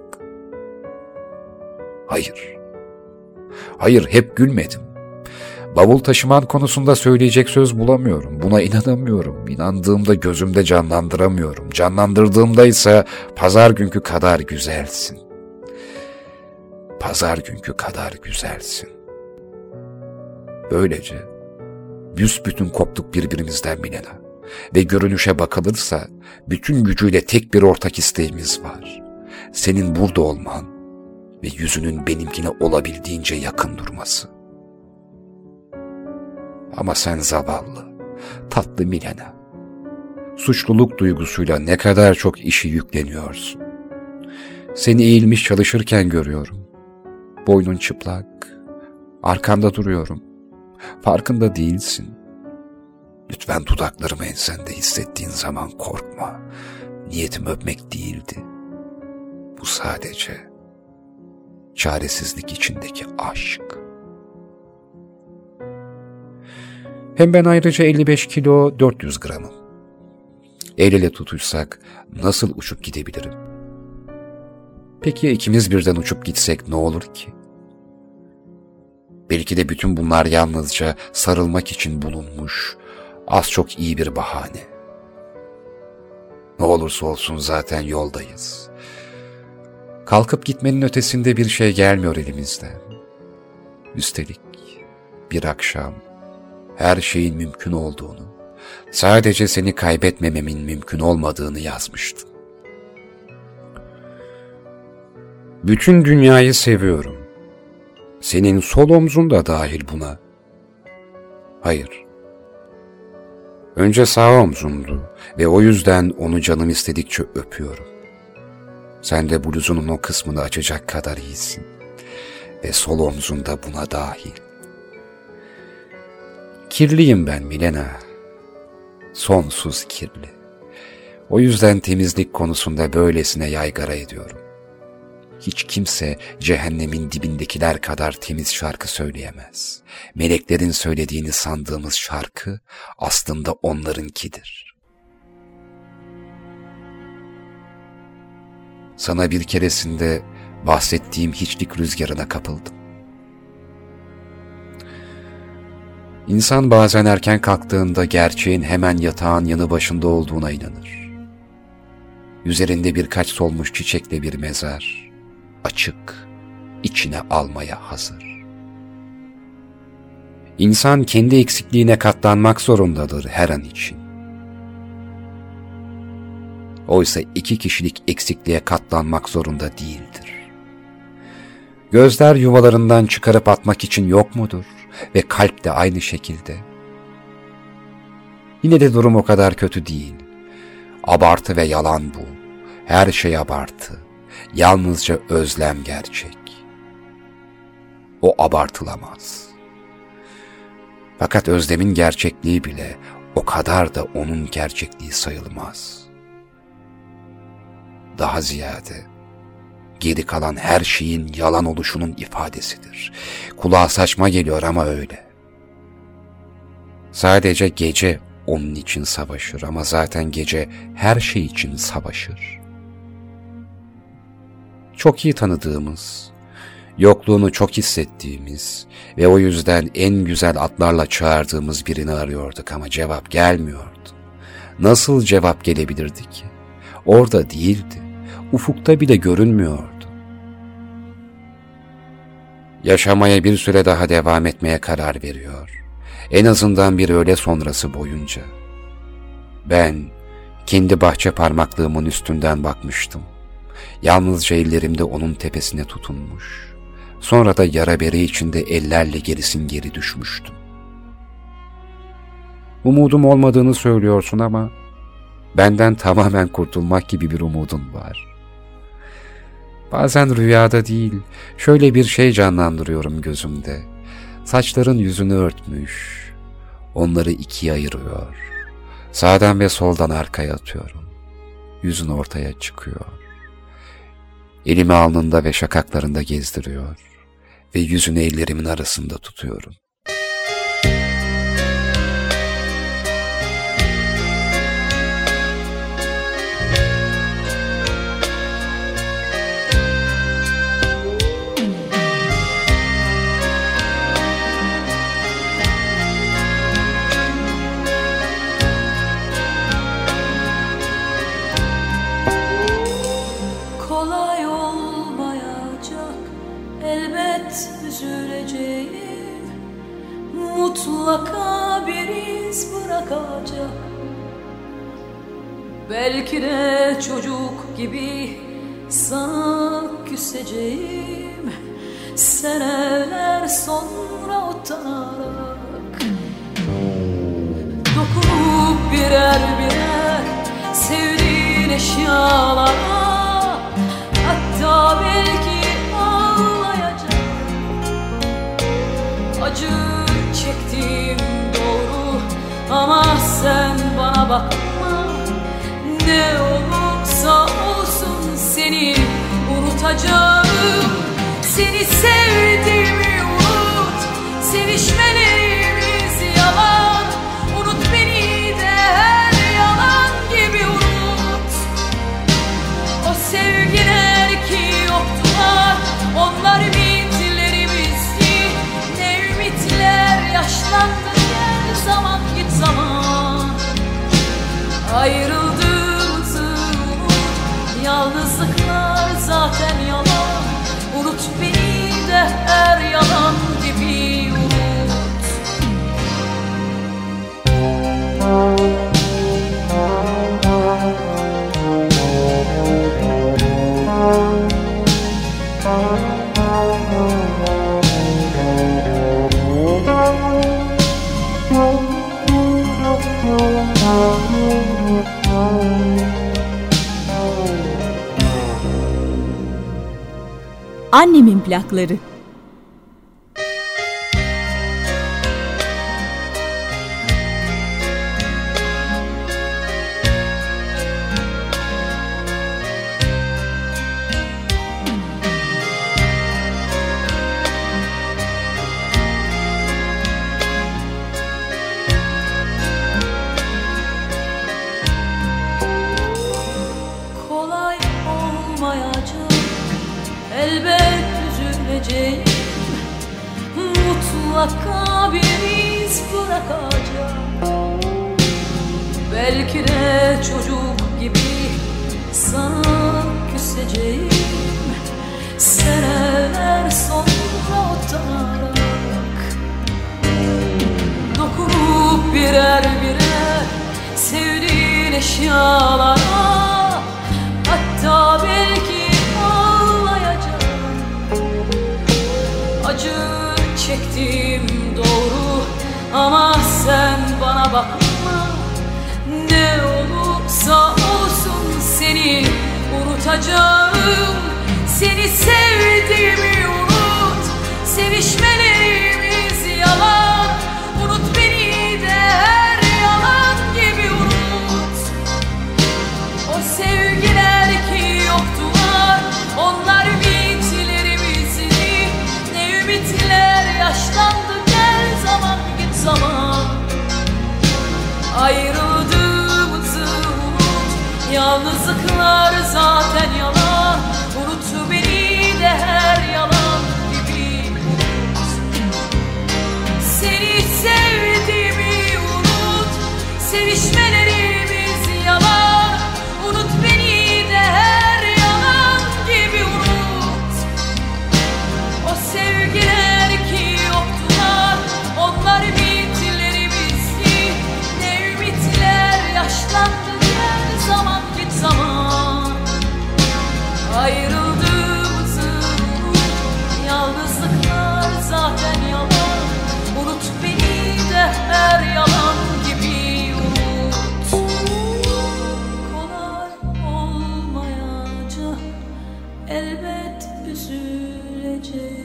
Hayır. Hayır, hep gülmedim. Bavul taşıman konusunda söyleyecek söz bulamıyorum. Buna inanamıyorum. İnandığımda gözümde canlandıramıyorum. Canlandırdığımda ise pazar günkü kadar güzelsin. Pazar günkü kadar güzelsin. Böylece büsbütün koptuk birbirimizden Milena. Ve görünüşe bakılırsa bütün gücüyle tek bir ortak isteğimiz var. Senin burada olman ve yüzünün benimkine olabildiğince yakın durması. Ama sen zavallı, tatlı Milena. Suçluluk duygusuyla ne kadar çok işi yükleniyorsun. Seni eğilmiş çalışırken görüyorum. Boynun çıplak, arkanda duruyorum. Farkında değilsin. Lütfen dudaklarımı ensende hissettiğin zaman korkma. Niyetim öpmek değildi. Bu sadece çaresizlik içindeki aşk. Hem ben ayrıca 55 kilo 400 gramım. El ele tutuşsak nasıl uçup gidebilirim? Peki ya ikimiz birden uçup gitsek ne olur ki? Belki de bütün bunlar yalnızca sarılmak için bulunmuş, az çok iyi bir bahane. Ne olursa olsun zaten yoldayız. Kalkıp gitmenin ötesinde bir şey gelmiyor elimizden. Üstelik bir akşam her şeyin mümkün olduğunu, sadece seni kaybetmememin mümkün olmadığını yazmıştım. Bütün dünyayı seviyorum. Senin sol omzun da dahil buna. Hayır. Önce sağ omzumdu ve o yüzden onu canım istedikçe öpüyorum. Sen de bluzunun o kısmını açacak kadar iyisin. Ve sol omzun da buna dahil. Kirliyim ben Milena. Sonsuz kirli. O yüzden temizlik konusunda böylesine yaygara ediyorum. Hiç kimse cehennemin dibindekiler kadar temiz şarkı söyleyemez. Meleklerin söylediğini sandığımız şarkı aslında onlarınkidir. Sana bir keresinde bahsettiğim hiçlik rüzgarına kapıldım. İnsan bazen erken kalktığında gerçeğin hemen yatağın yanı başında olduğuna inanır. Üzerinde birkaç solmuş çiçekle bir mezar, açık, içine almaya hazır. İnsan kendi eksikliğine katlanmak zorundadır her an için. Oysa 2 kişilik eksikliğe katlanmak zorunda değildir. Gözler yuvalarından çıkarıp atmak için yok mudur? Ve kalp de aynı şekilde. Yine de durum o kadar kötü değil. Abartı ve yalan bu. Her şey abartı. Yalnızca özlem gerçek. O abartılamaz. Fakat özlemin gerçekliği bile o kadar da onun gerçekliği sayılmaz. Daha ziyade geri kalan her şeyin yalan oluşunun ifadesidir. Kulağa saçma geliyor ama öyle. Sadece gece onun için savaşır ama zaten gece her şey için savaşır. Çok iyi tanıdığımız, yokluğunu çok hissettiğimiz ve o yüzden en güzel adlarla çağırdığımız birini arıyorduk ama cevap gelmiyordu. Nasıl cevap gelebilirdi ki? Orada değildi. Ufukta bile görünmüyordu. Yaşamaya bir süre daha devam etmeye karar veriyor. En azından bir öğle sonrası boyunca. Ben kendi bahçe parmaklığımın üstünden bakmıştım. Yalnızca ellerimde onun tepesine tutunmuş. Sonra da yara bere içinde ellerle gerisin geri düşmüştüm. Umudum olmadığını söylüyorsun ama benden tamamen kurtulmak gibi bir umudun var. Bazen rüyada değil, şöyle bir şey canlandırıyorum gözümde. Saçların yüzünü örtmüş, onları ikiye ayırıyor. Sağdan ve soldan arkaya atıyorum. Yüzün ortaya çıkıyor. Elimi alnında ve şakaklarında gezdiriyor ve yüzünü ellerimin arasında tutuyorum. Kolay olmayacak, elbet üzüleceğim. Mutlaka bir iz bırakacak. Belki de çocuk gibi sana küseceğim. Seneler sonra utanarak dokunup birer birer sevdiğin eşyalara, hatta belki ağlayacak. Acı çektiğim doğru ama sen bana bakma. Ne olursa olsun seni unutacağım. Seni sevdiğimi unut, sevişmelerimiz yalan. Unut beni de her yalan gibi unut. O sevgiler ki yoktular, onlar ümitlerimizdi. Ne ümitler yaşlandı, gel zaman git zaman. Ayrıldığımızı unut, yalnızlıklar zaten yalan. Unut beni de her yalan gibi unut. Annemin plakları. Kolay olmayacak, elbet üzüleceğim. Mutlaka bir iz bırakacak. Belki de çocuk gibi sana küseceğim. Seneler sonra utanarak dokunup birer birer sevdiğin eşyalara, hatta belki ağlayacak. Acı çektiğim doğru ama sen bana bakma. Ne olursa olsun seni unutacağım. Seni sevdiğimi unut, sevişmelerimiz yalan. Unut beni de her yalan gibi unut. O sevgiler ki yoktular, onlar ümitlerimizdi. Ne ümitler yaşlandı, gel zaman git zaman. Ayrıldığımızı unut, yalnızlıklar zaten yalan. Unut beni de her yalan gibi unut. Seni sevdiğimi unut, sevişmelerimiz yalan. Unut beni de her yalan gibi unut. O sevgiler ki yoktular, onlar ümitlerimizdi. Ne ümitler yaşlandı, gel zaman git zaman. Ayrıldığımızı unut, yalnızlıklar zaten yalan. Unut beni de her yalan gibi unut. Kolay olmayacak, elbet üzülecek.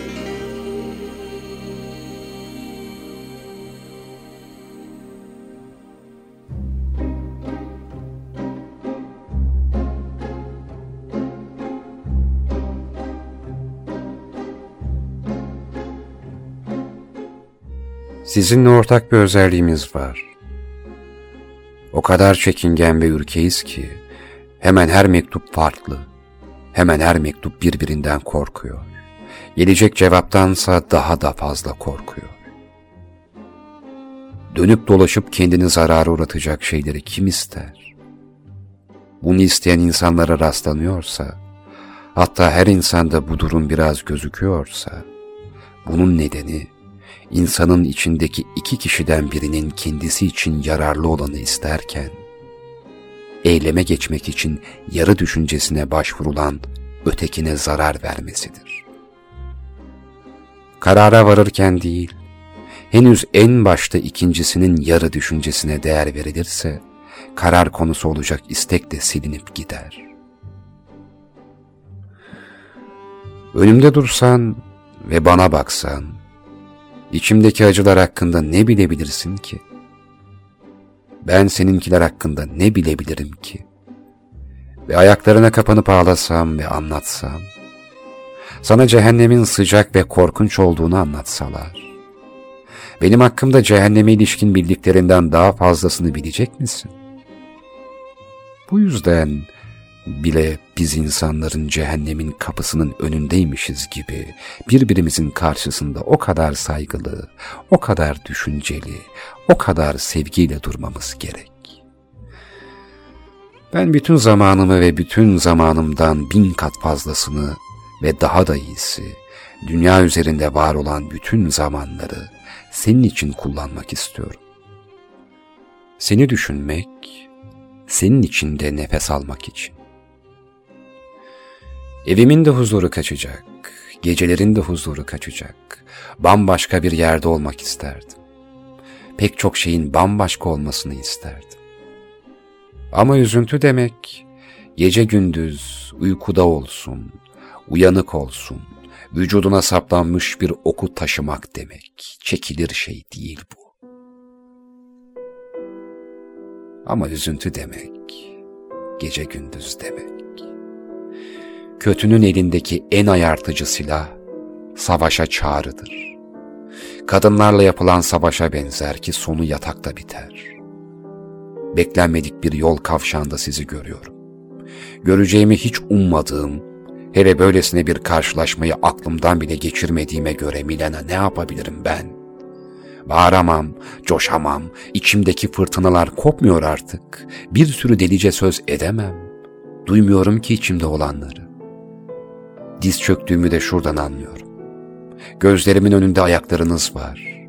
Sizinle ortak bir özelliğimiz var. O kadar çekingen ve ürkeyiz ki hemen her mektup farklı, hemen her mektup birbirinden korkuyor. Gelecek cevaptansa daha da fazla korkuyor. Dönüp dolaşıp kendini zarara uğratacak şeyleri kim ister? Bunu isteyen insanlara rastlanıyorsa, hatta her insanda bu durum biraz gözüküyorsa, bunun nedeni insanın içindeki iki kişiden birinin kendisi için yararlı olanı isterken, eyleme geçmek için yarı düşüncesine başvurulan ötekine zarar vermesidir. Karara varırken değil, henüz en başta ikincisinin yarı düşüncesine değer verilirse, karar konusu olacak istek de silinip gider. Önümde dursan ve bana baksan, İçimdeki acılar hakkında ne bilebilirsin ki? Ben seninkiler hakkında ne bilebilirim ki? Ve ayaklarına kapanıp ağlasam ve anlatsam, sana cehennemin sıcak ve korkunç olduğunu anlatsalar, benim hakkımda cehenneme ilişkin bildiklerinden daha fazlasını bilecek misin? Bu yüzden bile biz insanların cehennemin kapısının önündeymişiz gibi birbirimizin karşısında o kadar saygılı, o kadar düşünceli, o kadar sevgiyle durmamız gerek. Ben bütün zamanımı ve bütün zamanımdan 1000 kat fazlasını ve daha da iyisi, dünya üzerinde var olan bütün zamanları senin için kullanmak istiyorum. Seni düşünmek, senin içinde nefes almak için. Evimin de huzuru kaçacak, gecelerin de huzuru kaçacak. Bambaşka bir yerde olmak isterdim. Pek çok şeyin bambaşka olmasını isterdim. Ama üzüntü demek, gece gündüz uykuda olsun, uyanık olsun, vücuduna saplanmış bir oku taşımak demek. Çekilir şey değil bu. Ama üzüntü demek, gece gündüz demek. Kötünün elindeki en ayartıcı silah, savaşa çağrıdır. Kadınlarla yapılan savaşa benzer ki sonu yatakta biter. Beklenmedik bir yol kavşağında sizi görüyorum. Göreceğimi hiç ummadığım, hele böylesine bir karşılaşmayı aklımdan bile geçirmediğime göre Milena ne yapabilirim ben? Bağıramam, coşamam, içimdeki fırtınalar kopmuyor artık. Bir sürü delice söz edemem. Duymuyorum ki içimde olanları. Diz çöktüğümü de şuradan anlıyorum. Gözlerimin önünde ayaklarınız var.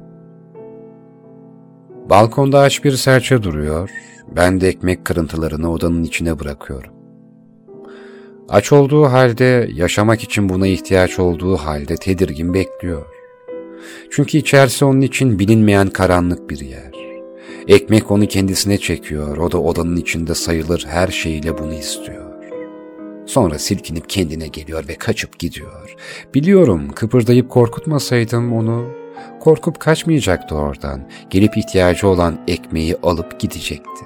Balkonda aç bir serçe duruyor. Ben de ekmek kırıntılarını odanın içine bırakıyorum. Aç olduğu halde, yaşamak için buna ihtiyaç olduğu halde tedirgin bekliyor. Çünkü içerisi onun için bilinmeyen karanlık bir yer. Ekmek onu kendisine çekiyor, o da odanın içinde sayılır her şeyiyle bunu istiyor. Sonra silkinip kendine geliyor ve kaçıp gidiyor. Biliyorum, kıpırdayıp korkutmasaydım onu, korkup kaçmayacaktı oradan. Gelip ihtiyacı olan ekmeği alıp gidecekti.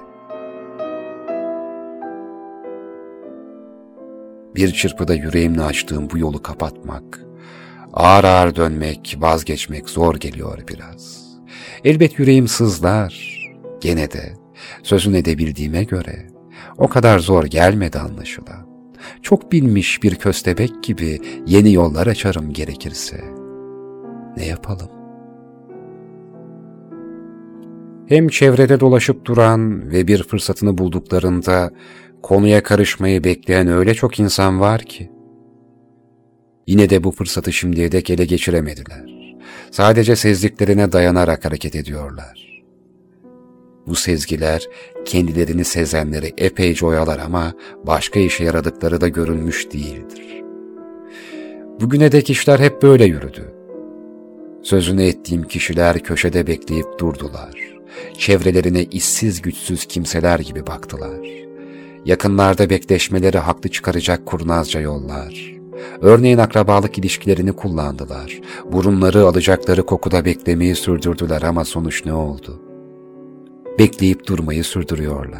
Bir çırpıda yüreğimle açtığım bu yolu kapatmak, ağır ağır dönmek, vazgeçmek zor geliyor biraz. Elbet yüreğim sızlar. Gene de sözün edebildiğime göre o kadar zor gelmedi anlaşılan. Çok bilmiş bir köstebek gibi yeni yollar açarım gerekirse. Ne yapalım? Hem çevrede dolaşıp duran ve bir fırsatını bulduklarında konuya karışmayı bekleyen öyle çok insan var ki. Yine de bu fırsatı şimdiye dek ele geçiremediler. Sadece sezdiklerine dayanarak hareket ediyorlar. Bu sezgiler kendilerini sezenleri epeyce oyalar ama başka işe yaradıkları da görülmüş değildir. Bugüne dek işler hep böyle yürüdü. Sözünü ettiğim kişiler köşede bekleyip durdular. Çevrelerine işsiz güçsüz kimseler gibi baktılar. Yakınlarda bekleşmeleri haklı çıkaracak kurnazca yollar, Örneğin akrabalık ilişkilerini kullandılar. Burunları alacakları kokuda beklemeyi sürdürdüler ama sonuç ne oldu? Bekleyip durmayı sürdürüyorlar.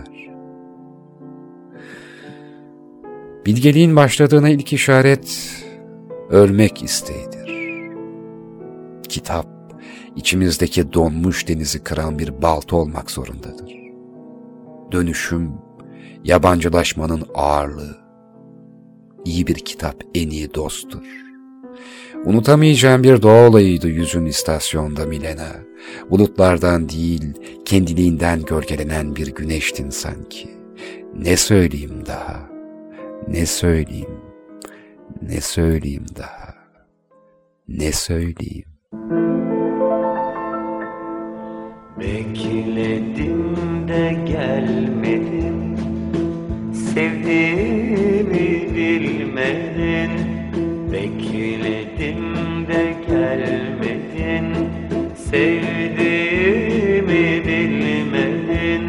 Bilgeliğin başladığına ilk işaret ölmek isteğidir. Kitap, içimizdeki donmuş denizi kıran bir balta olmak zorundadır. Dönüşüm, yabancılaşmanın ağırlığı. İyi bir kitap en iyi dosttur. Unutamayacağım bir doğa olayıydı yüzün istasyonda Milena. Bulutlardan değil, kendiliğinden gölgelenen bir güneştin sanki. Ne söyleyeyim daha? Ne söyleyeyim? Ne söyleyeyim daha? Ne söyleyeyim? Bekledim de gelmedin, sevdiğimi bilmedin. Bekledim de gelmedin, sevdiğimi bilmedin.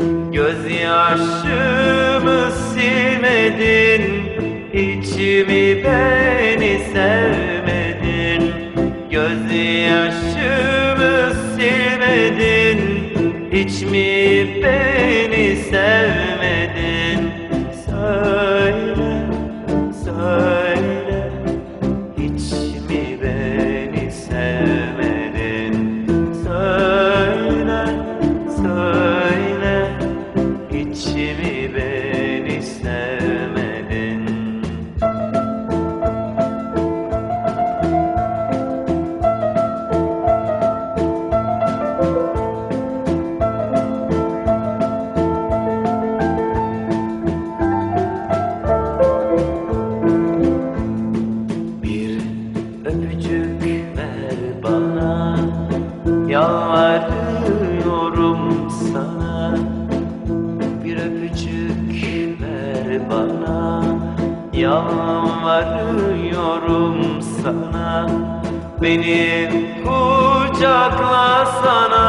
Gözyaşımı silmedin, içimi beni sevmedin. Gözyaşımı silmedin, içimi beni sevmedin. Söyle, söyle, hiç mi beni sevmedin? Söyle, söyle, hiç mi beni sevmedin? Yalvarıyorum sana, bir öpücük ver bana. Yalvarıyorum sana, beni kucakla sana,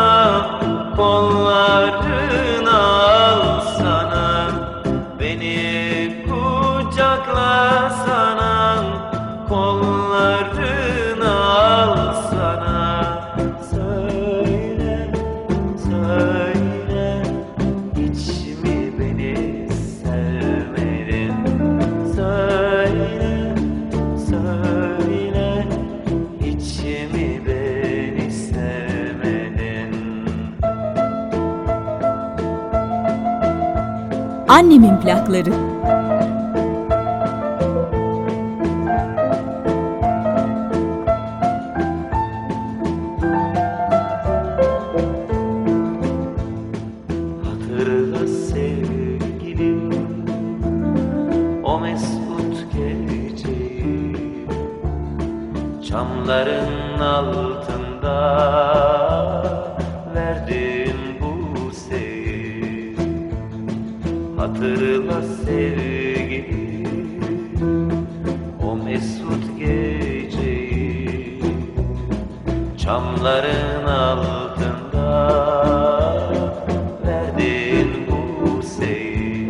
kollarına al sana. Beni kucakla sana, kollarına al sana. Annemin plakları. Hatırla sevgilim, o mesut geceyi, çamların altında verdim bu seyi. Hatırla sevgilim, o mesut geceyi, çamların altında verdin bu seyi.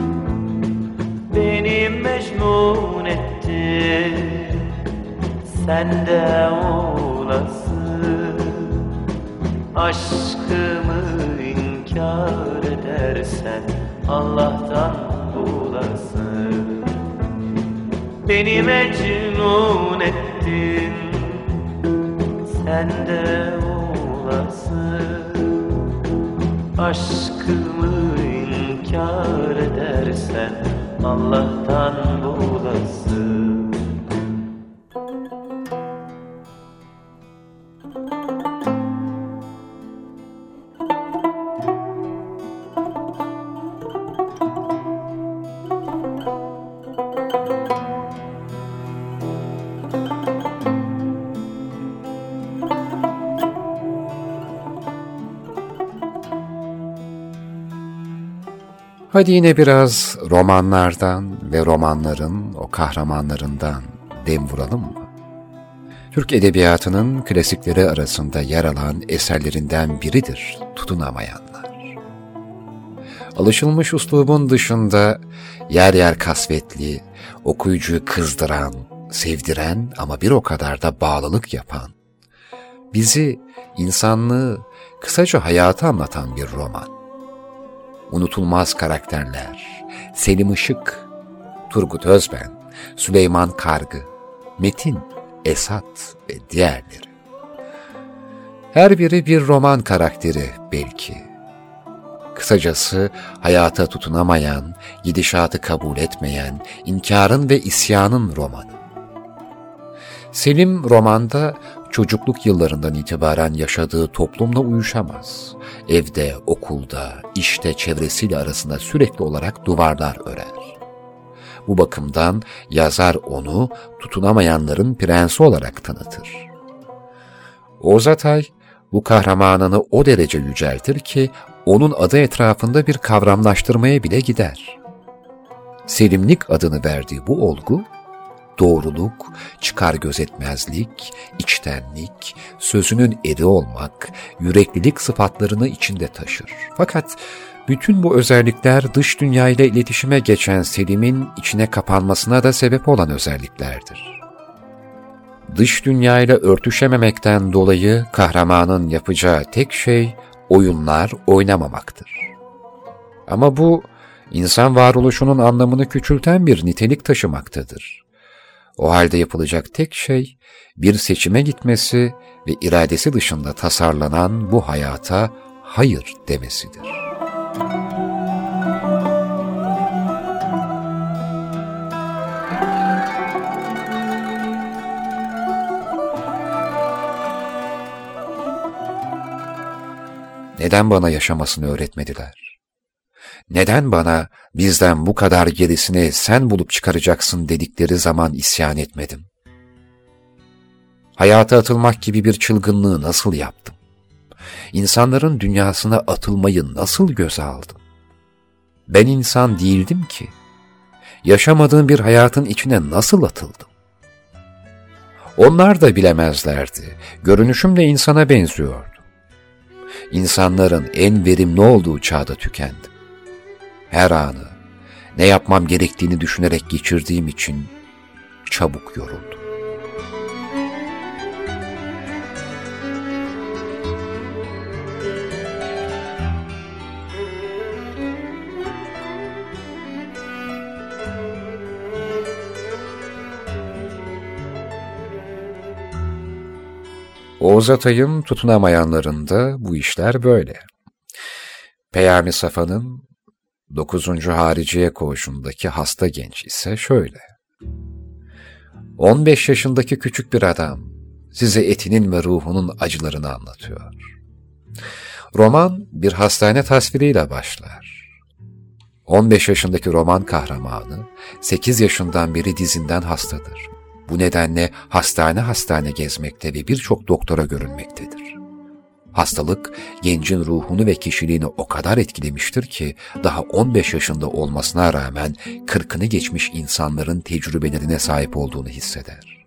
Beni mecnun ettin, sen de olasın. Aşkımı inkar edersen Allah'tan bulasın. Beni mecnun ettin, sen de olasın. Aşkımı inkar edersen Allah'tan bulasın. Hadi yine biraz romanlardan ve romanların o kahramanlarından dem vuralım mı? Türk edebiyatının klasikleri arasında yer alan eserlerinden biridir Tutunamayanlar. Alışılmış üslubun dışında yer yer kasvetli, okuyucuyu kızdıran, sevdiren ama bir o kadar da bağlılık yapan, bizi, insanlığı, kısaca hayatı anlatan bir roman. Unutulmaz karakterler, Selim Işık, Turgut Özben, Süleyman Kargı, Metin, Esat ve diğerleri. Her biri bir roman karakteri belki. Kısacası hayata tutunamayan, gidişatı kabul etmeyen, inkarın ve isyanın romanı. Selim romanda çocukluk yıllarından itibaren yaşadığı toplumla uyuşamaz. Evde, okulda, işte çevresiyle arasında sürekli olarak duvarlar örer. Bu bakımdan yazar onu tutunamayanların prensi olarak tanıtır. Oğuz Atay bu kahramanını o derece yüceltir ki onun adı etrafında bir kavramlaştırmaya bile gider. Selimlik adını verdiği bu olgu, doğruluk, çıkar gözetmezlik, içtenlik, sözünün eri olmak, yüreklilik sıfatlarını içinde taşır. Fakat bütün bu özellikler dış dünya ile iletişime geçen Selim'in içine kapanmasına da sebep olan özelliklerdir. Dış dünya ile örtüşememekten dolayı kahramanın yapacağı tek şey oyunlar oynamamaktır. Ama bu, insan varoluşunun anlamını küçülten bir nitelik taşımaktadır. O halde yapılacak tek şey, bir seçime gitmesi ve iradesi dışında tasarlanan bu hayata hayır demesidir. Neden bana yaşamasını öğretmediler? Neden bana bizden bu kadar gerisini sen bulup çıkaracaksın dedikleri zaman isyan etmedim? Hayata atılmak gibi bir çılgınlığı nasıl yaptım? İnsanların dünyasına atılmayı nasıl göze aldım? Ben insan değildim ki. Yaşamadığım bir hayatın içine nasıl atıldım? Onlar da bilemezlerdi. Görünüşüm de insana benziyordu. İnsanların en verimli olduğu çağda tükendim. Her anı, ne yapmam gerektiğini düşünerek geçirdiğim için çabuk yoruldum. Oğuz Atay'ın tutunamayanlarında bu işler böyle. Peyami Safa'nın 9. Hariciye Koğuşu'ndaki hasta genç ise şöyle. 15 yaşındaki küçük bir adam size etinin ve ruhunun acılarını anlatıyor. Roman bir hastane tasviriyle başlar. 15 yaşındaki roman kahramanı 8 yaşından beri dizinden hastadır. Bu nedenle hastane hastane gezmekte ve birçok doktora görünmektedir. Hastalık, gencin ruhunu ve kişiliğini o kadar etkilemiştir ki, daha 15 yaşında olmasına rağmen 40'ını geçmiş insanların tecrübelerine sahip olduğunu hisseder.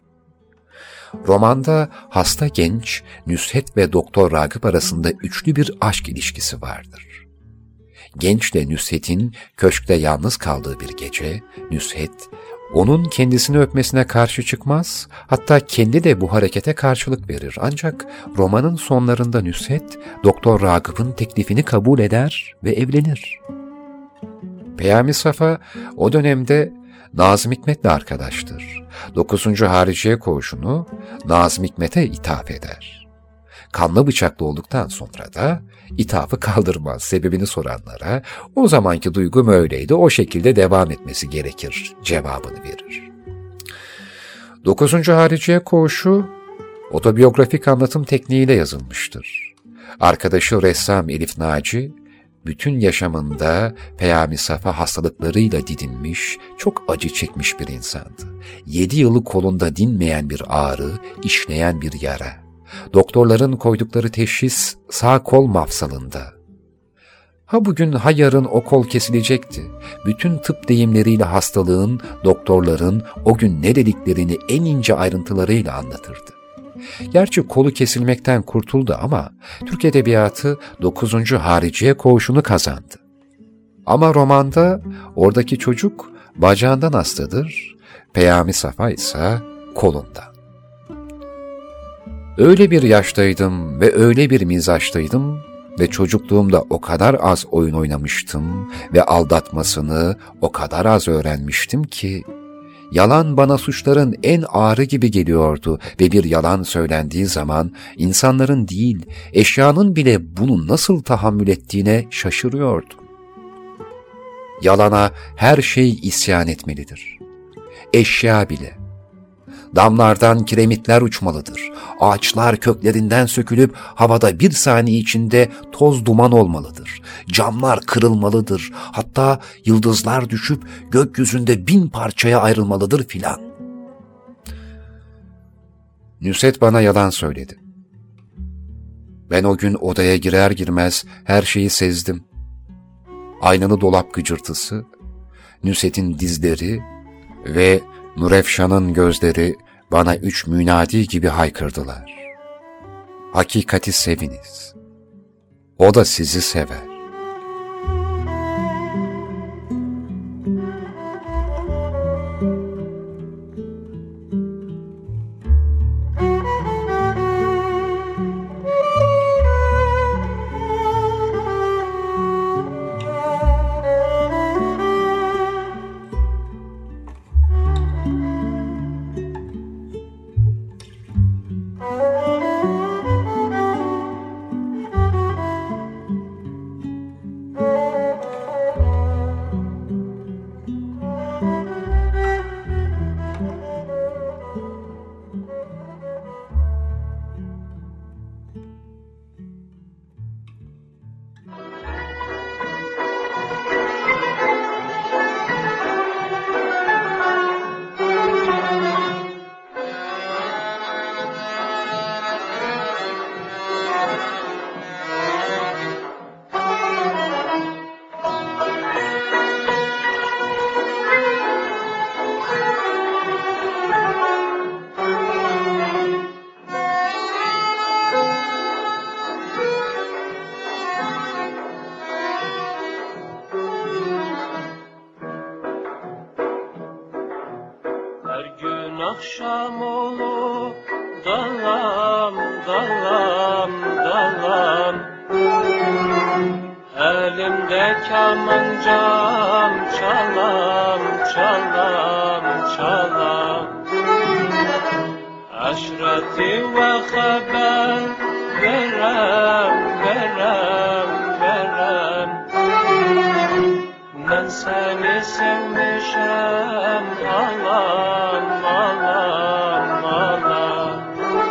Romanda hasta genç, Nüshet ve Doktor Ragıp arasında üçlü bir aşk ilişkisi vardır. Gençle Nüshet'in köşkte yalnız kaldığı bir gece, Nüshet, onun kendisini öpmesine karşı çıkmaz, hatta kendi de bu harekete karşılık verir. Ancak romanın sonlarında Nüshet, Doktor Ragıp'ın teklifini kabul eder ve evlenir. Peyami Safa o dönemde Nazım Hikmet'le arkadaştır. 9. Hariciye Koğuşu'nu Nazım Hikmet'e ithaf eder. Kanlı bıçaklı olduktan sonra da ithafı kaldırmaz. Sebebini soranlara o zamanki duygum öyleydi, o şekilde devam etmesi gerekir cevabını verir. 9. Hariciye Koğuşu otobiyografik anlatım tekniğiyle yazılmıştır. Arkadaşı ressam Elif Naci, bütün yaşamında Peyami Safa hastalıklarıyla didinmiş, çok acı çekmiş bir insandı. 7 yılı kolunda dinmeyen bir ağrı, işleyen bir yara. Doktorların koydukları teşhis sağ kol mafsalında. Ha bugün ha yarın o kol kesilecekti. Bütün tıp deyimleriyle hastalığın, doktorların o gün ne dediklerini en ince ayrıntılarıyla anlatırdı. Gerçi kolu kesilmekten kurtuldu ama Türk Edebiyatı 9. Hariciye Koğuşu'nu kazandı. Ama romanda oradaki çocuk bacağından hastadır, Peyami Safa ise kolunda. Öyle bir yaştaydım ve öyle bir mizaçtaydım ve çocukluğumda o kadar az oyun oynamıştım ve aldatmasını o kadar az öğrenmiştim ki, yalan bana suçların en ağırı gibi geliyordu ve bir yalan söylendiği zaman insanların değil, eşyanın bile bunu nasıl tahammül ettiğine şaşırıyordum. Yalana her şey isyan etmelidir. Eşya bile. Damlardan kiremitler uçmalıdır. Ağaçlar köklerinden sökülüp havada bir saniye içinde toz duman olmalıdır. Camlar kırılmalıdır. Hatta yıldızlar düşüp gökyüzünde 1000 parçaya ayrılmalıdır filan. Nusret bana yalan söyledi. Ben o gün odaya girer girmez her şeyi sezdim. Aynalı dolap gıcırtısı, Nusret'in dizleri ve Nurefşan'ın gözleri bana 3 münadi gibi haykırdılar. Hakikati seviniz. O da sizi sever. Akşam olup dalam dalam dalam, elimde kemancam çalam çalam çalam, aşreti ve haber verem verem verem. Ben seni sevmişem alam alam alam.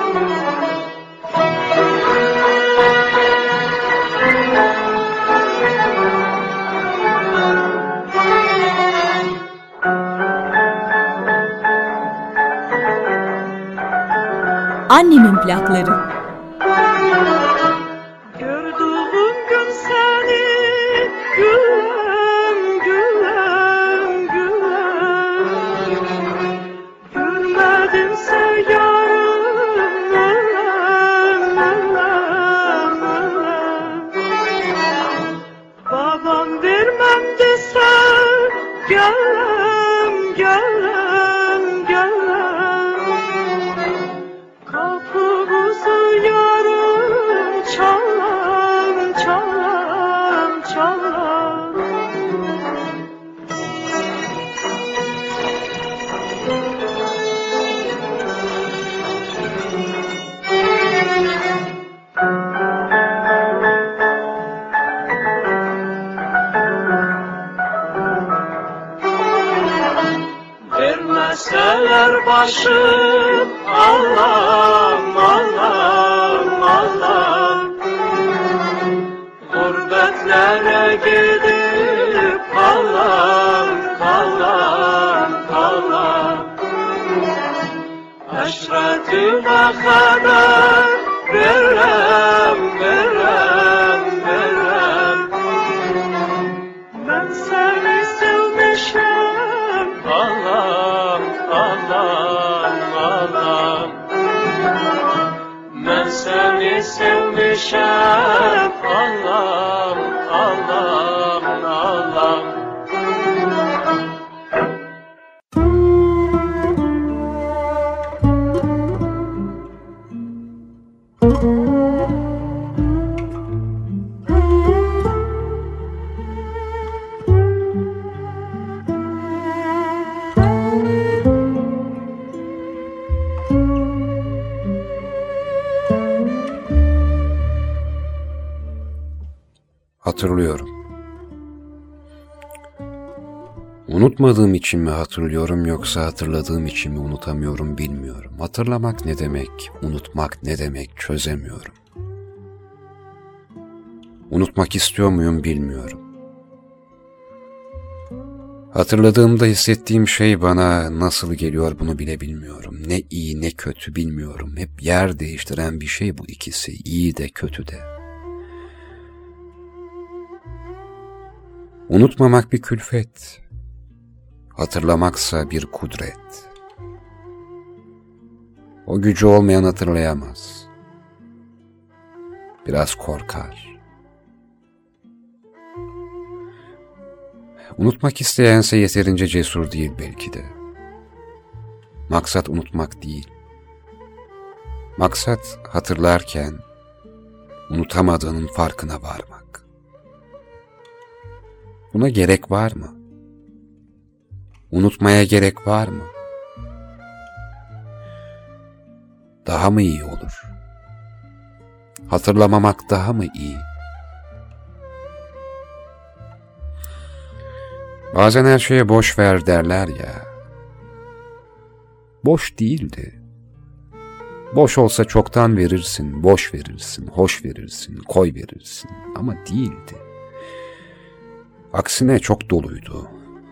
Annemin plakları. Gördüğüm gün seni gülüm gülüm gülüm, görmedimse yarım ölüm ölüm ölüm. Babam vermem dese gelem gelem gelem, kapımızı yarım çalam çalam çalam. Vermeseler başım Allah'ım Allah'ım Allah'ım, gurbetlere gidip kalam kalam kalam. Aşretime haber verem verem verem. Ben seni sevmişim Allah'ım Allah'ım Allah'ım. Ben seni sevmişim Allah'ım Allah'ım Allah'ım. hatırlıyorum. Unutmadığım için mi hatırlıyorum yoksa hatırladığım için mi unutamıyorum bilmiyorum. Hatırlamak ne demek, unutmak ne demek çözemiyorum. Unutmak istiyor muyum bilmiyorum. Hatırladığımda hissettiğim şey bana nasıl geliyor bunu bile bilmiyorum. Ne iyi ne kötü bilmiyorum. Hep yer değiştiren bir şey bu ikisi, iyi de kötü de. Unutmamak bir külfet, hatırlamaksa bir kudret. O gücü olmayan hatırlayamaz. Biraz korkar. Unutmak isteyense yeterince cesur değil belki de. Maksat unutmak değil. Maksat hatırlarken unutamadığının farkına varmak. Buna gerek var mı? Unutmaya gerek var mı? Daha mı iyi olur? Hatırlamamak daha mı iyi? Bazen her şeye boş ver derler ya. Boş değildi. Boş olsa çoktan verirsin, boş verirsin, hoş verirsin, koy verirsin ama değildi. Aksine çok doluydu.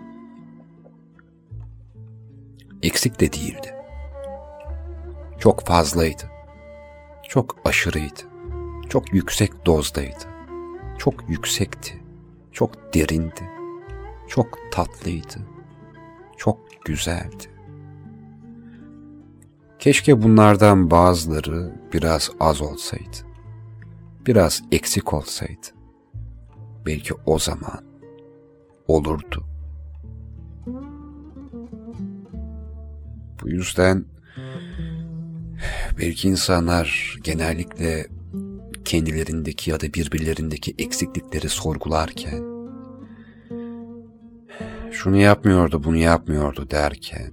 Eksik de değildi. Çok fazlaydı. Çok aşırıydı. Çok yüksek dozdaydı. Çok yüksekti. Çok derindi. Çok tatlıydı. Çok güzeldi. Keşke bunlardan bazıları biraz az olsaydı. Biraz eksik olsaydı. Belki o zaman olurdu. Bu yüzden belki insanlar genellikle kendilerindeki ya da birbirlerindeki eksiklikleri sorgularken, şunu yapmıyordu, bunu yapmıyordu derken,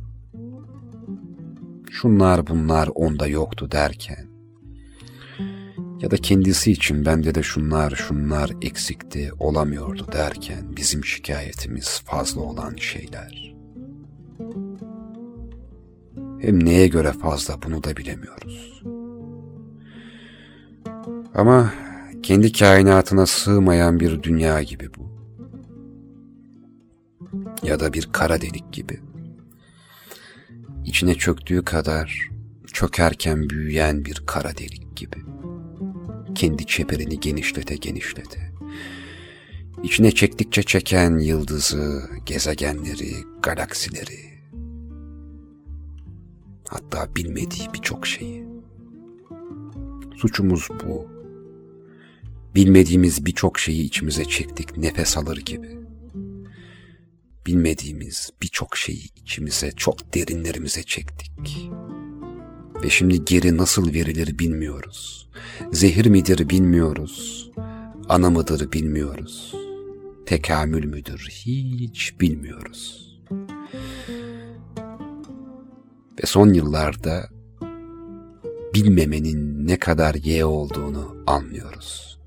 şunlar bunlar onda yoktu derken, ya da kendisi için bende de şunlar eksikti, olamıyordu derken bizim şikayetimiz fazla olan şeyler. Hem neye göre fazla bunu da bilemiyoruz. Ama kendi kainatına sığmayan bir dünya gibi bu. Ya da bir kara delik gibi. İçine çöktüğü kadar çökerken büyüyen bir kara delik gibi. Kendi çeperini genişlete. İçine çektikçe çeken yıldızı, gezegenleri, galaksileri, hatta bilmediği birçok şeyi. Suçumuz bu. Bilmediğimiz birçok şeyi içimize çektik nefes alır gibi. Bilmediğimiz birçok şeyi içimize, çok derinlerimize çektik. Ve şimdi geri nasıl verilir bilmiyoruz. Zehir midir bilmiyoruz. Ana mıdır bilmiyoruz. Tekamül müdür hiç bilmiyoruz. Ve son yıllarda bilmemenin ne kadar ye olduğunu anlıyoruz.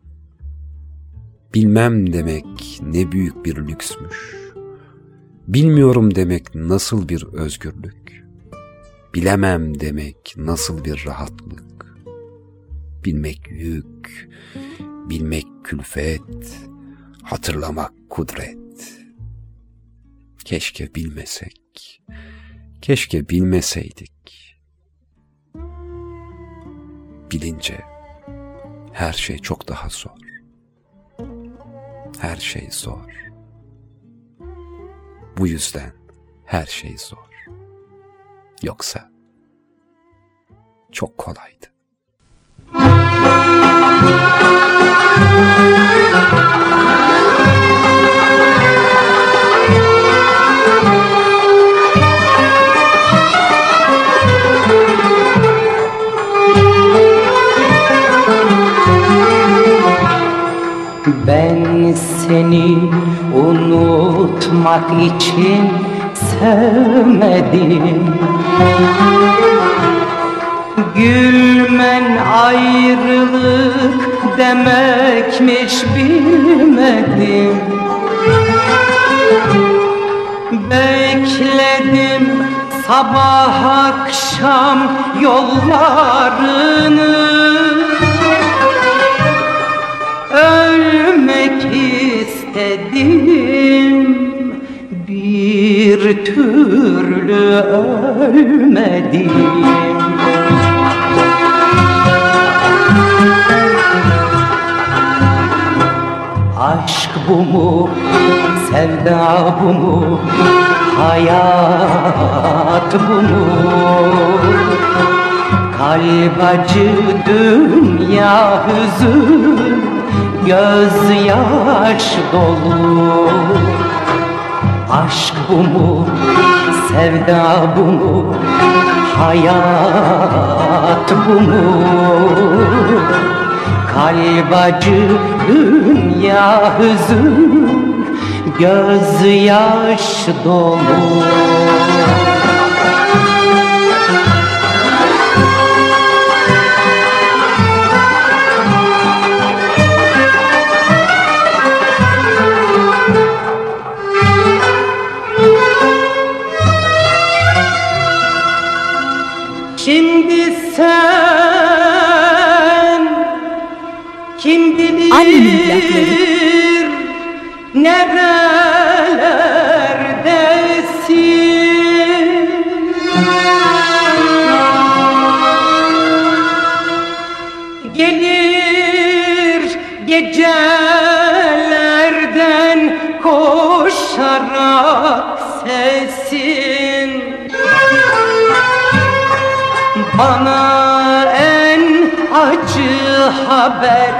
Bilmem demek ne büyük bir lüksmüş. Bilmiyorum demek nasıl bir özgürlük. Bilemem demek nasıl bir rahatlık. Bilmek yük, bilmek külfet, hatırlamak kudret. Keşke bilmesek, keşke bilmeseydik. Bilince her şey çok daha zor. Her şey zor. Bu yüzden her şey zor. Yoksa çok kolaydı. Ben seni unutmak için sevmedim. Gülmen ayrılık demekmiş bilmedim. Bekledim sabah akşam yollarını. Ölmek istedim, bir türlü ölmedim. Aşk bu mu, sevda bu mu, hayat bu mu? Kalp acı, dünya hüzün, gözyaş dolu. Aşk bu mu, sevda bu mu, hayat bu mu? Kalp acı, dünya hüzün, gözyaş dolu. Şimdi sen kim bilir nerelerdesin? Gelir gecelerden koşarak sesin. Bana en acı haber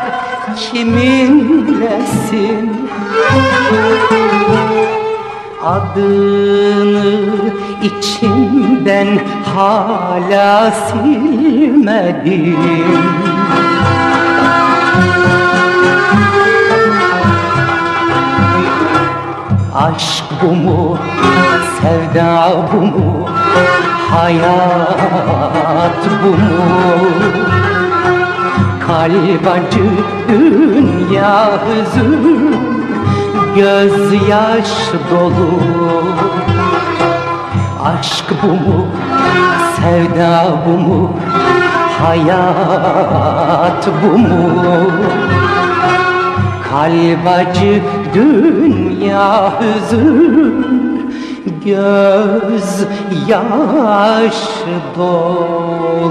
kiminlesin? Adını içimden hala silmedim. Aşk bu mu, sevda bu mu, hayat bu mu? Kalp acı, dünya hüzün, gözyaş dolu. Aşk bu mu, sevda bu mu, hayat bu mu? Kalp acı, dünya hüzün, gözyaş dolu.